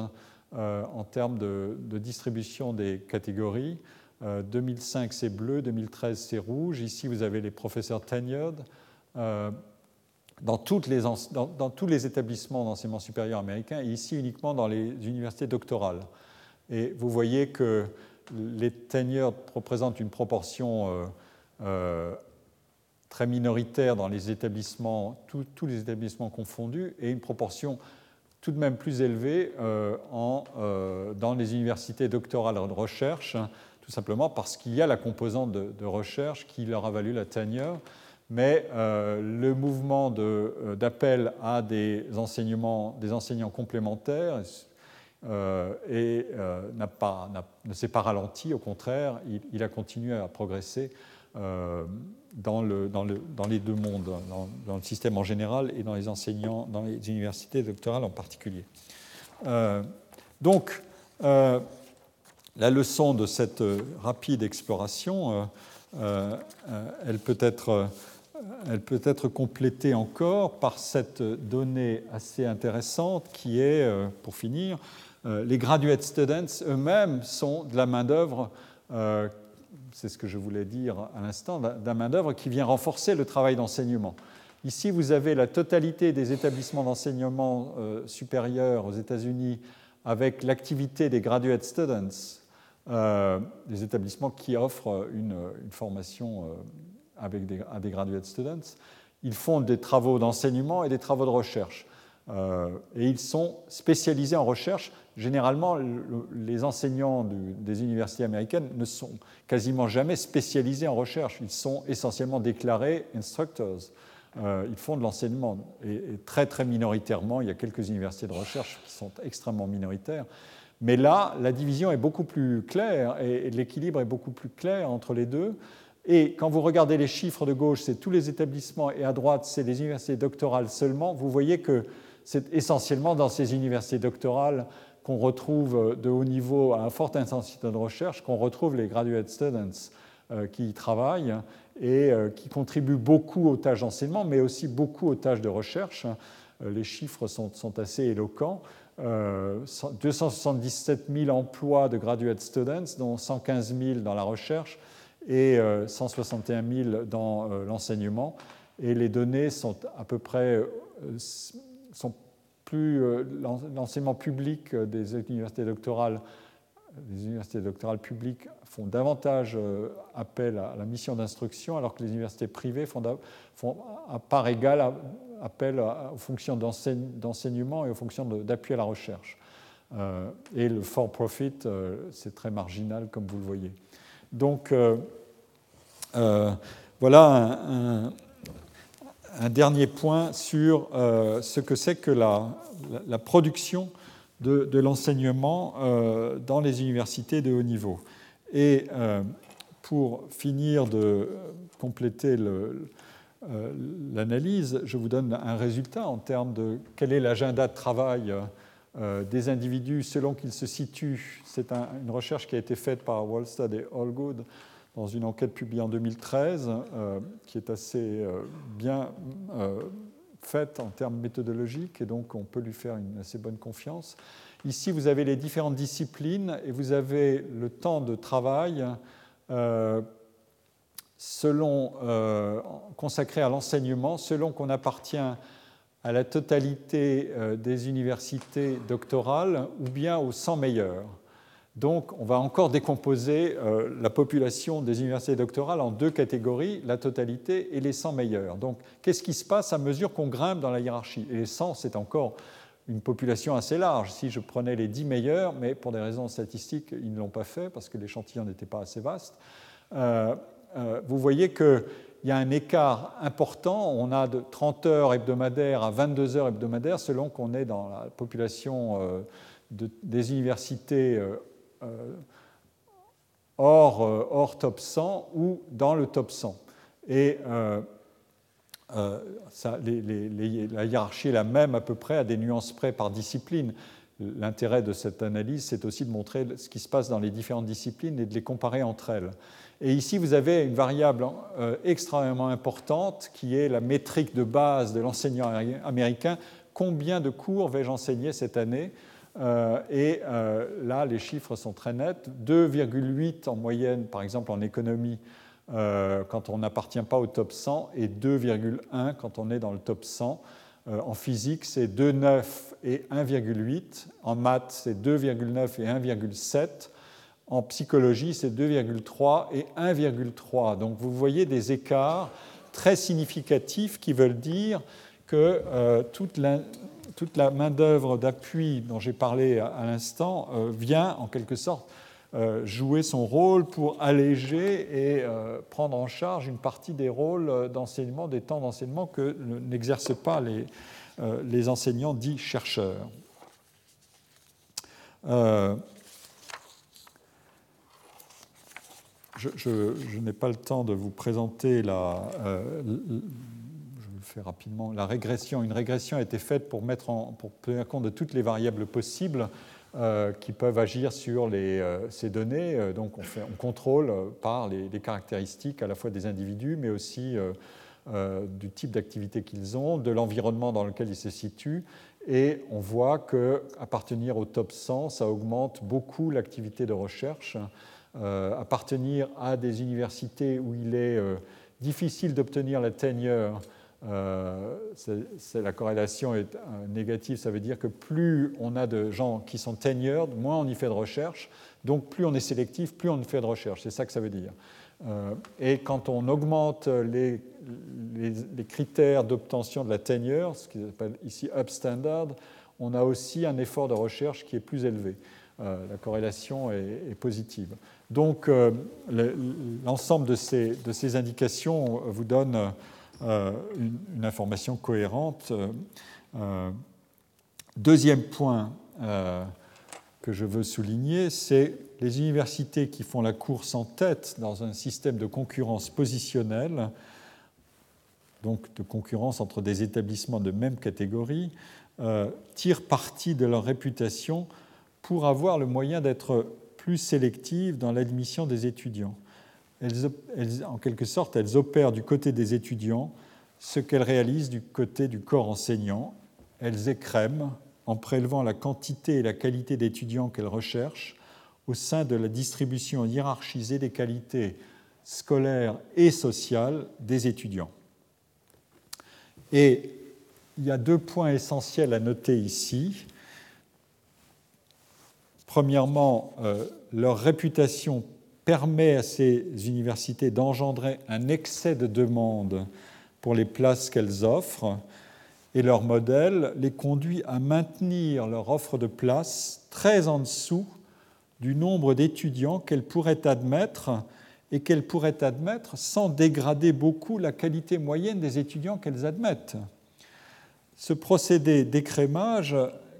euh, en termes de, de distribution des catégories. Euh, deux mille cinq, c'est bleu, deux mille treize, c'est rouge. Ici, vous avez les professeurs tenured. Euh, dans, toutes les, dans, dans tous les établissements d'enseignement supérieur américains, et ici uniquement dans les universités doctorales. Et vous voyez que les tenured représentent une proportion euh, euh, très minoritaire dans les établissements, tout, tous les établissements confondus, et une proportion tout de même plus élevée euh, en, euh, dans les universités doctorales de recherche, tout simplement parce qu'il y a la composante de, de recherche qui leur a valu la tenure. Mais euh, le mouvement de, euh, d'appel à des, enseignements, des enseignants complémentaires euh, et, euh, n'a pas, n'a, ne s'est pas ralenti, au contraire, il, il a continué à progresser euh, dans, le, dans, le, dans les deux mondes, dans, dans le système en général et dans les enseignants, dans les universités doctorales en particulier. Euh, donc, euh, la leçon de cette rapide exploration, euh, euh, elle peut être... Elle peut être complétée encore par cette donnée assez intéressante qui est, pour finir, les graduate students eux-mêmes sont de la main-d'œuvre, c'est ce que je voulais dire à l'instant, de la main-d'œuvre qui vient renforcer le travail d'enseignement. Ici, vous avez la totalité des établissements d'enseignement supérieur aux États-Unis avec l'activité des graduate students, des établissements qui offrent une, une formation avec des, à des graduate students. Ils font des travaux d'enseignement et des travaux de recherche. Euh, et ils sont spécialisés en recherche. Généralement, le, les enseignants du, des universités américaines ne sont quasiment jamais spécialisés en recherche. Ils sont essentiellement déclarés instructors. Euh, ils font de l'enseignement. Et, et très, très minoritairement, il y a quelques universités de recherche qui sont extrêmement minoritaires. Mais là, la division est beaucoup plus claire et, et l'équilibre est beaucoup plus clair entre les deux. Et quand vous regardez les chiffres de gauche, c'est tous les établissements, et à droite, c'est les universités doctorales seulement, vous voyez que c'est essentiellement dans ces universités doctorales qu'on retrouve de haut niveau à forte intensité de recherche, qu'on retrouve les graduate students euh, qui y travaillent et euh, qui contribuent beaucoup aux tâches d'enseignement, mais aussi beaucoup aux tâches de recherche. Euh, les chiffres sont, sont assez éloquents. Euh, deux cent soixante-dix-sept mille emplois de graduate students, dont cent quinze mille dans la recherche, et cent soixante et un mille dans l'enseignement. Et les données sont à peu près, sont plus, l'enseignement public des universités doctorales, les universités doctorales publiques font davantage appel à la mission d'instruction, alors que les universités privées font, font à part égale appel aux fonctions d'enseignement et aux fonctions d'appui à la recherche. Et le for-profit, c'est très marginal, comme vous le voyez. Donc, euh, euh, voilà un, un, un dernier point sur euh, ce que c'est que la, la, la production de, de l'enseignement euh, dans les universités de haut niveau. Et euh, pour finir de compléter le, euh, l'analyse, je vous donne un résultat en termes de quel est l'agenda de travail Euh, des individus selon qu'ils se situent. C'est un, une recherche qui a été faite par Wolstad et Allgood dans une enquête publiée en deux mille treize, euh, qui est assez euh, bien euh, faite en termes méthodologiques, et donc on peut lui faire une assez bonne confiance. Ici, vous avez les différentes disciplines et vous avez le temps de travail euh, selon, euh, consacré à l'enseignement, selon qu'on appartient à la totalité des universités doctorales ou bien aux cent meilleurs. Donc, on va encore décomposer la population des universités doctorales en deux catégories, la totalité et les cent meilleurs. Donc, qu'est-ce qui se passe à mesure qu'on grimpe dans la hiérarchie? Et les cent, c'est encore une population assez large. Si je prenais les dix meilleurs, mais pour des raisons statistiques, ils ne l'ont pas fait parce que l'échantillon n'était pas assez vaste, euh, euh, vous voyez que il y a un écart important. On a de trente heures hebdomadaires à vingt-deux heures hebdomadaires selon qu'on est dans la population euh, de, des universités euh, euh, hors, euh, hors top cent ou dans le top cent. Et euh, euh, ça, les, les, les, la hiérarchie est la même à peu près, à des nuances près par discipline. L'intérêt de cette analyse, c'est aussi de montrer ce qui se passe dans les différentes disciplines et de les comparer entre elles. Et ici, vous avez une variable euh, extrêmement importante qui est la métrique de base de l'enseignant américain. Combien de cours vais-je enseigner cette année? Euh, et euh, là, les chiffres sont très nets. deux virgule huit en moyenne, par exemple, en économie, euh, quand on n'appartient pas au top cent, et deux virgule un quand on est dans le top cent. Euh, en physique, c'est deux virgule neuf et un virgule huit. En maths, c'est deux virgule neuf et un virgule sept. En psychologie, c'est deux virgule trois et un virgule trois. Donc vous voyez des écarts très significatifs qui veulent dire que euh, toute la, toute la main-d'œuvre d'appui dont j'ai parlé à, à l'instant euh, vient en quelque sorte euh, jouer son rôle pour alléger et euh, prendre en charge une partie des rôles d'enseignement, des temps d'enseignement que n'exercent pas les, euh, les enseignants dits chercheurs. Euh, Je, je, je n'ai pas le temps de vous présenter la, euh, je vais le faire rapidement, la régression. Une régression a été faite pour, mettre en, pour tenir compte de toutes les variables possibles euh, qui peuvent agir sur les, euh, ces données. Donc on, fait, on contrôle par les, les caractéristiques à la fois des individus, mais aussi euh, euh, du type d'activité qu'ils ont, de l'environnement dans lequel ils se situent. Et on voit qu'appartenir au top cent, ça augmente beaucoup l'activité de recherche. Euh, appartenir à des universités où il est euh, difficile d'obtenir la tenure, euh, c'est, c'est, la corrélation est euh, négative, ça veut dire que plus on a de gens qui sont tenured, moins on y fait de recherche, donc plus on est sélectif, plus on fait de recherche, c'est ça que ça veut dire. Euh, et quand on augmente les, les, les critères d'obtention de la tenure, ce qui s'appelle ici upstandard, on a aussi un effort de recherche qui est plus élevé. Euh, la corrélation est, est positive. Donc, euh, le, l'ensemble de ces, de ces indications vous donne euh, une, une information cohérente. Euh, deuxième point euh, que je veux souligner, c'est les universités qui font la course en tête dans un système de concurrence positionnelle, donc de concurrence entre des établissements de même catégorie, euh, tirent parti de leur réputation pour avoir le moyen d'être plus sélectives dans l'admission des étudiants. Elles, elles, en quelque sorte, elles opèrent du côté des étudiants ce qu'elles réalisent du côté du corps enseignant. Elles écrèment en prélevant la quantité et la qualité d'étudiants qu'elles recherchent au sein de la distribution hiérarchisée des qualités scolaires et sociales des étudiants. Et il y a deux points essentiels à noter ici. Premièrement, euh, leur réputation permet à ces universités d'engendrer un excès de demande pour les places qu'elles offrent, et leur modèle les conduit à maintenir leur offre de places très en dessous du nombre d'étudiants qu'elles pourraient admettre et qu'elles pourraient admettre sans dégrader beaucoup la qualité moyenne des étudiants qu'elles admettent. Ce procédé d'écrémage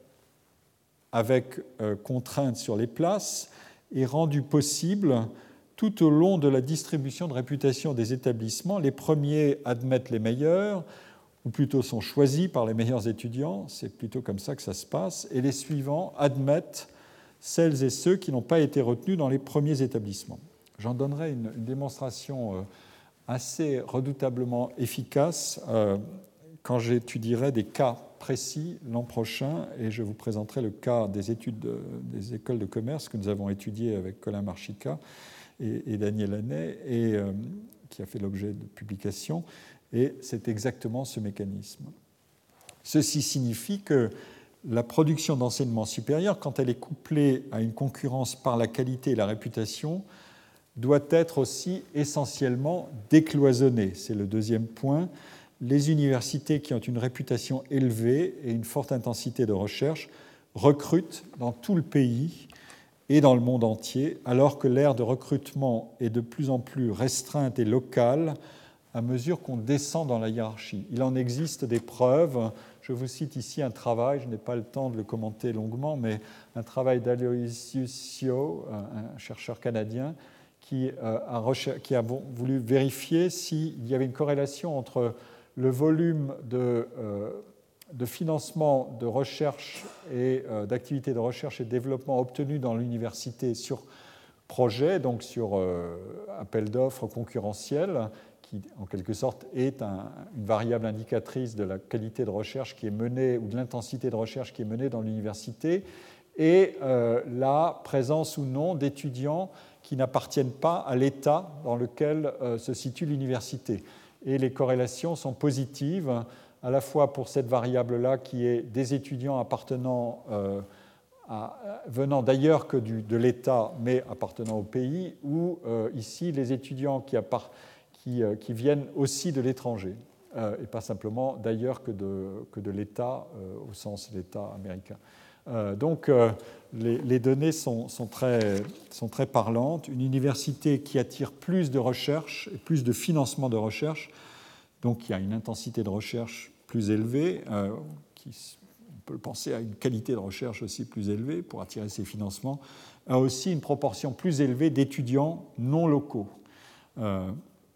avec euh, contraintes sur les places est rendu possible tout au long de la distribution de réputation des établissements. Les premiers admettent les meilleurs, ou plutôt sont choisis par les meilleurs étudiants, c'est plutôt comme ça que ça se passe, et les suivants admettent celles et ceux qui n'ont pas été retenus dans les premiers établissements. J'en donnerai une, une démonstration euh, assez redoutablement efficace euh, quand j'étudierai des cas précis l'an prochain, et je vous présenterai le cas des études de, des écoles de commerce que nous avons étudiées avec Colin Marchica et, et Daniel Hannet, et euh, qui a fait l'objet de publications, et c'est exactement ce mécanisme. Ceci signifie que la production d'enseignement supérieur, quand elle est couplée à une concurrence par la qualité et la réputation, doit être aussi essentiellement décloisonnée. C'est le deuxième point. Les universités qui ont une réputation élevée et une forte intensité de recherche recrutent dans tout le pays et dans le monde entier, alors que l'ère de recrutement est de plus en plus restreinte et locale à mesure qu'on descend dans la hiérarchie. Il en existe des preuves. Je vous cite ici un travail, je n'ai pas le temps de le commenter longuement, mais un travail d'Aloysius Sio, un chercheur canadien, qui a, qui a voulu vérifier s'il y avait une corrélation entre le volume de, euh, de financement de recherche et euh, d'activités de recherche et de développement obtenus dans l'université sur projet, donc sur euh, appel d'offres concurrentiel, qui en quelque sorte est un, une variable indicatrice de la qualité de recherche qui est menée ou de l'intensité de recherche qui est menée dans l'université, et euh, la présence ou non d'étudiants qui n'appartiennent pas à l'État dans lequel euh, se situe l'université. Et les corrélations sont positives, à la fois pour cette variable-là qui est des étudiants appartenant, euh, à, venant d'ailleurs que du, de l'État, mais appartenant au pays, ou euh, ici les étudiants qui, appart, qui, euh, qui viennent aussi de l'étranger, euh, et pas simplement d'ailleurs que de, que de l'État, euh, au sens de l'État américain. Euh, donc euh, les, les données sont, sont, très, sont très parlantes. Une université qui attire plus de recherche et plus de financement de recherche, donc il y a une intensité de recherche plus élevée, euh, qui, on peut penser à une qualité de recherche aussi plus élevée pour attirer ces financements, a aussi une proportion plus élevée d'étudiants non locaux. Euh,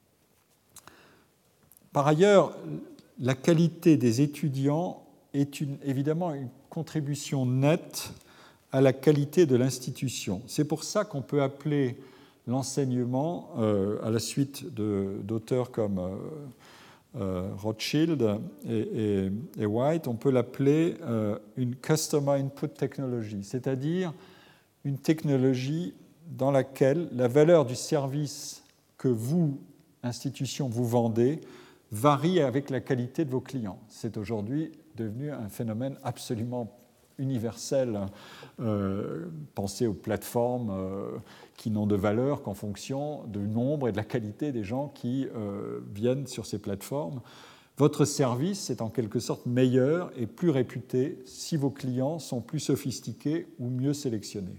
par ailleurs, la qualité des étudiants est une, évidemment une contribution nette à la qualité de l'institution. C'est pour ça qu'on peut appeler l'enseignement, euh, à la suite de, d'auteurs comme euh, euh, Rothschild et, et, et White, on peut l'appeler euh, une Customer Input Technology, c'est-à-dire une technologie dans laquelle la valeur du service que vous, institution, vous vendez varie avec la qualité de vos clients. C'est aujourd'hui devenu un phénomène absolument universel. Euh, pensez aux plateformes euh, qui n'ont de valeur qu'en fonction du nombre et de la qualité des gens qui euh, viennent sur ces plateformes. Votre service est en quelque sorte meilleur et plus réputé si vos clients sont plus sophistiqués ou mieux sélectionnés.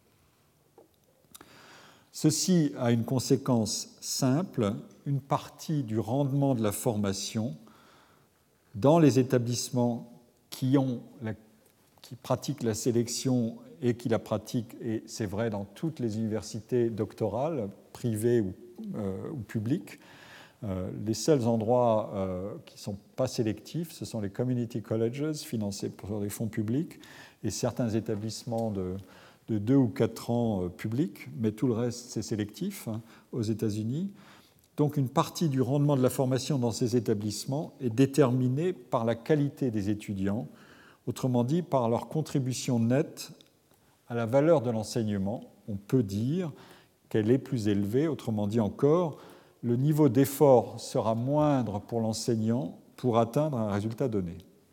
Ceci a une conséquence simple. Une partie du rendement de la formation dans les établissements qui, ont la, qui pratiquent la sélection et qui la pratiquent, et c'est vrai dans toutes les universités doctorales, privées ou, euh, ou publiques, euh, les seuls endroits euh, qui ne sont pas sélectifs, ce sont les community colleges financés par des fonds publics et certains établissements de, de deux ou quatre ans euh, publics, mais tout le reste c'est sélectif hein, aux États-Unis. Donc une partie du rendement de la formation dans ces établissements est déterminée par la qualité des étudiants, autrement dit par leur contribution nette à la valeur de l'enseignement. On peut dire qu'elle est plus élevée, autrement dit encore, le niveau d'effort sera moindre pour l'enseignant pour atteindre un résultat donné.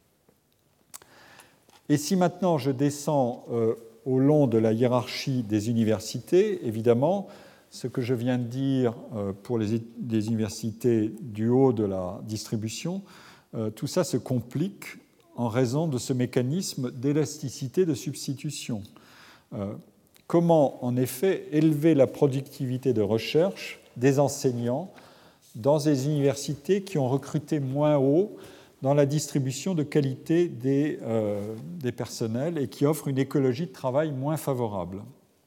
Et si maintenant je descends euh, au long de la hiérarchie des universités, évidemment, ce que je viens de dire pour les universités du haut de la distribution, tout ça se complique en raison de ce mécanisme d'élasticité de substitution. Comment, en effet, élever la productivité de recherche des enseignants dans des universités qui ont recruté moins haut dans la distribution de qualité des, euh, des personnels et qui offrent une écologie de travail moins favorable ?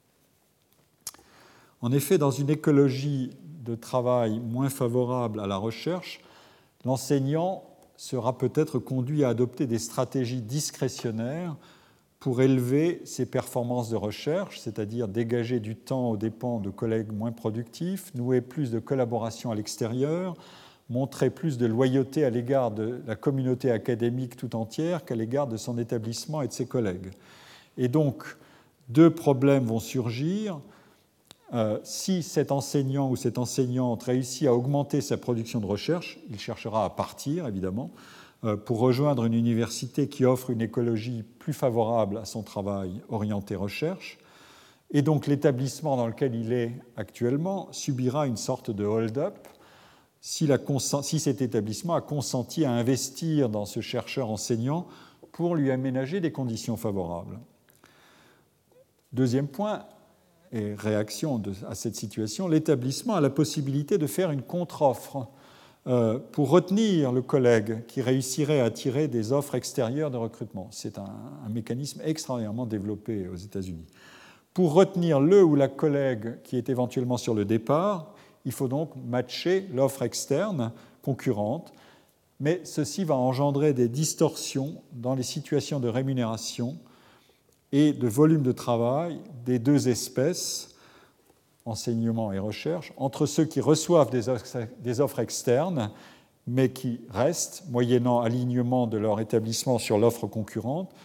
En effet, dans une écologie de travail moins favorable à la recherche, l'enseignant sera peut-être conduit à adopter des stratégies discrétionnaires pour élever ses performances de recherche, c'est-à-dire dégager du temps aux dépens de collègues moins productifs, nouer plus de collaboration à l'extérieur, montrer plus de loyauté à l'égard de la communauté académique tout entière qu'à l'égard de son établissement et de ses collègues. Et donc, deux problèmes vont surgir. Euh, si cet enseignant ou cette enseignante réussit à augmenter sa production de recherche, il cherchera à partir, évidemment, euh, pour rejoindre une université qui offre une écologie plus favorable à son travail orienté recherche. Et donc l'établissement dans lequel il est actuellement subira une sorte de hold-up si, la, si cet établissement a consenti à investir dans ce chercheur enseignant pour lui aménager des conditions favorables. Deuxième point, et réaction de, à cette situation, l'établissement a la possibilité de faire une contre-offre euh, pour retenir le collègue qui réussirait à attirer des offres extérieures de recrutement. C'est un, un mécanisme extraordinairement développé aux États-Unis. Pour retenir le ou la collègue qui est éventuellement sur le départ, il faut donc matcher l'offre externe concurrente, mais ceci va engendrer des distorsions dans les situations de rémunération et de volume de travail des deux espèces, enseignement et recherche, entre ceux qui reçoivent des offres externes, mais qui restent, moyennant alignement de leur établissement sur l'offre concurrente,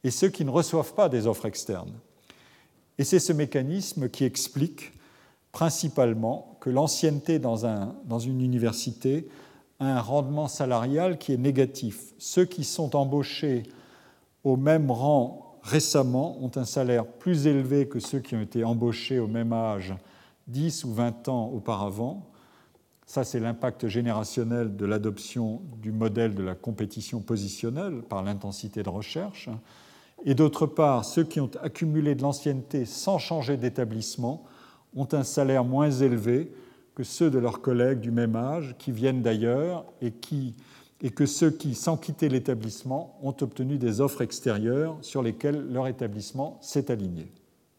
et ceux qui ne reçoivent pas des offres externes. Et c'est ce mécanisme qui explique principalement que l'ancienneté dans, un, dans une université a un rendement salarial qui est négatif. Ceux qui sont embauchés au même rang récemment ont un salaire plus élevé que ceux qui ont été embauchés au même âge dix ou vingt ans auparavant. Ça, c'est l'impact générationnel de l'adoption du modèle de la compétition positionnelle par l'intensité de recherche. Et d'autre part, ceux qui ont accumulé de l'ancienneté sans changer d'établissement ont un salaire moins élevé que ceux de leurs collègues du même âge qui viennent d'ailleurs et, qui, et que ceux qui, sans quitter l'établissement, ont obtenu des offres extérieures sur lesquelles leur établissement s'est aligné.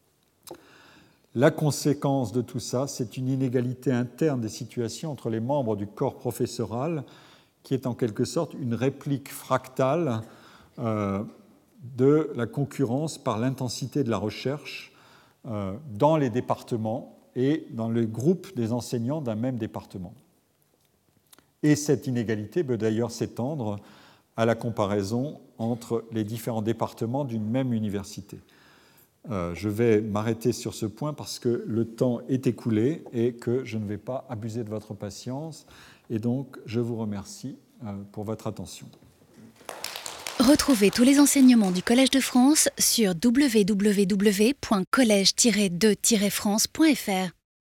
La conséquence de tout ça, c'est une inégalité interne des situations entre les membres du corps professoral qui est en quelque sorte une réplique fractale euh, de la concurrence par l'intensité de la recherche euh, dans les départements et dans le groupe des enseignants d'un même département. Et cette inégalité peut d'ailleurs s'étendre à la comparaison entre les différents départements d'une même université. Euh, je vais m'arrêter sur ce point parce que le temps est écoulé et que je ne vais pas abuser de votre patience. Et donc, je vous remercie euh, pour votre attention. Retrouvez tous les enseignements du Collège de France sur w w w point collège tiret de tiret france point f r.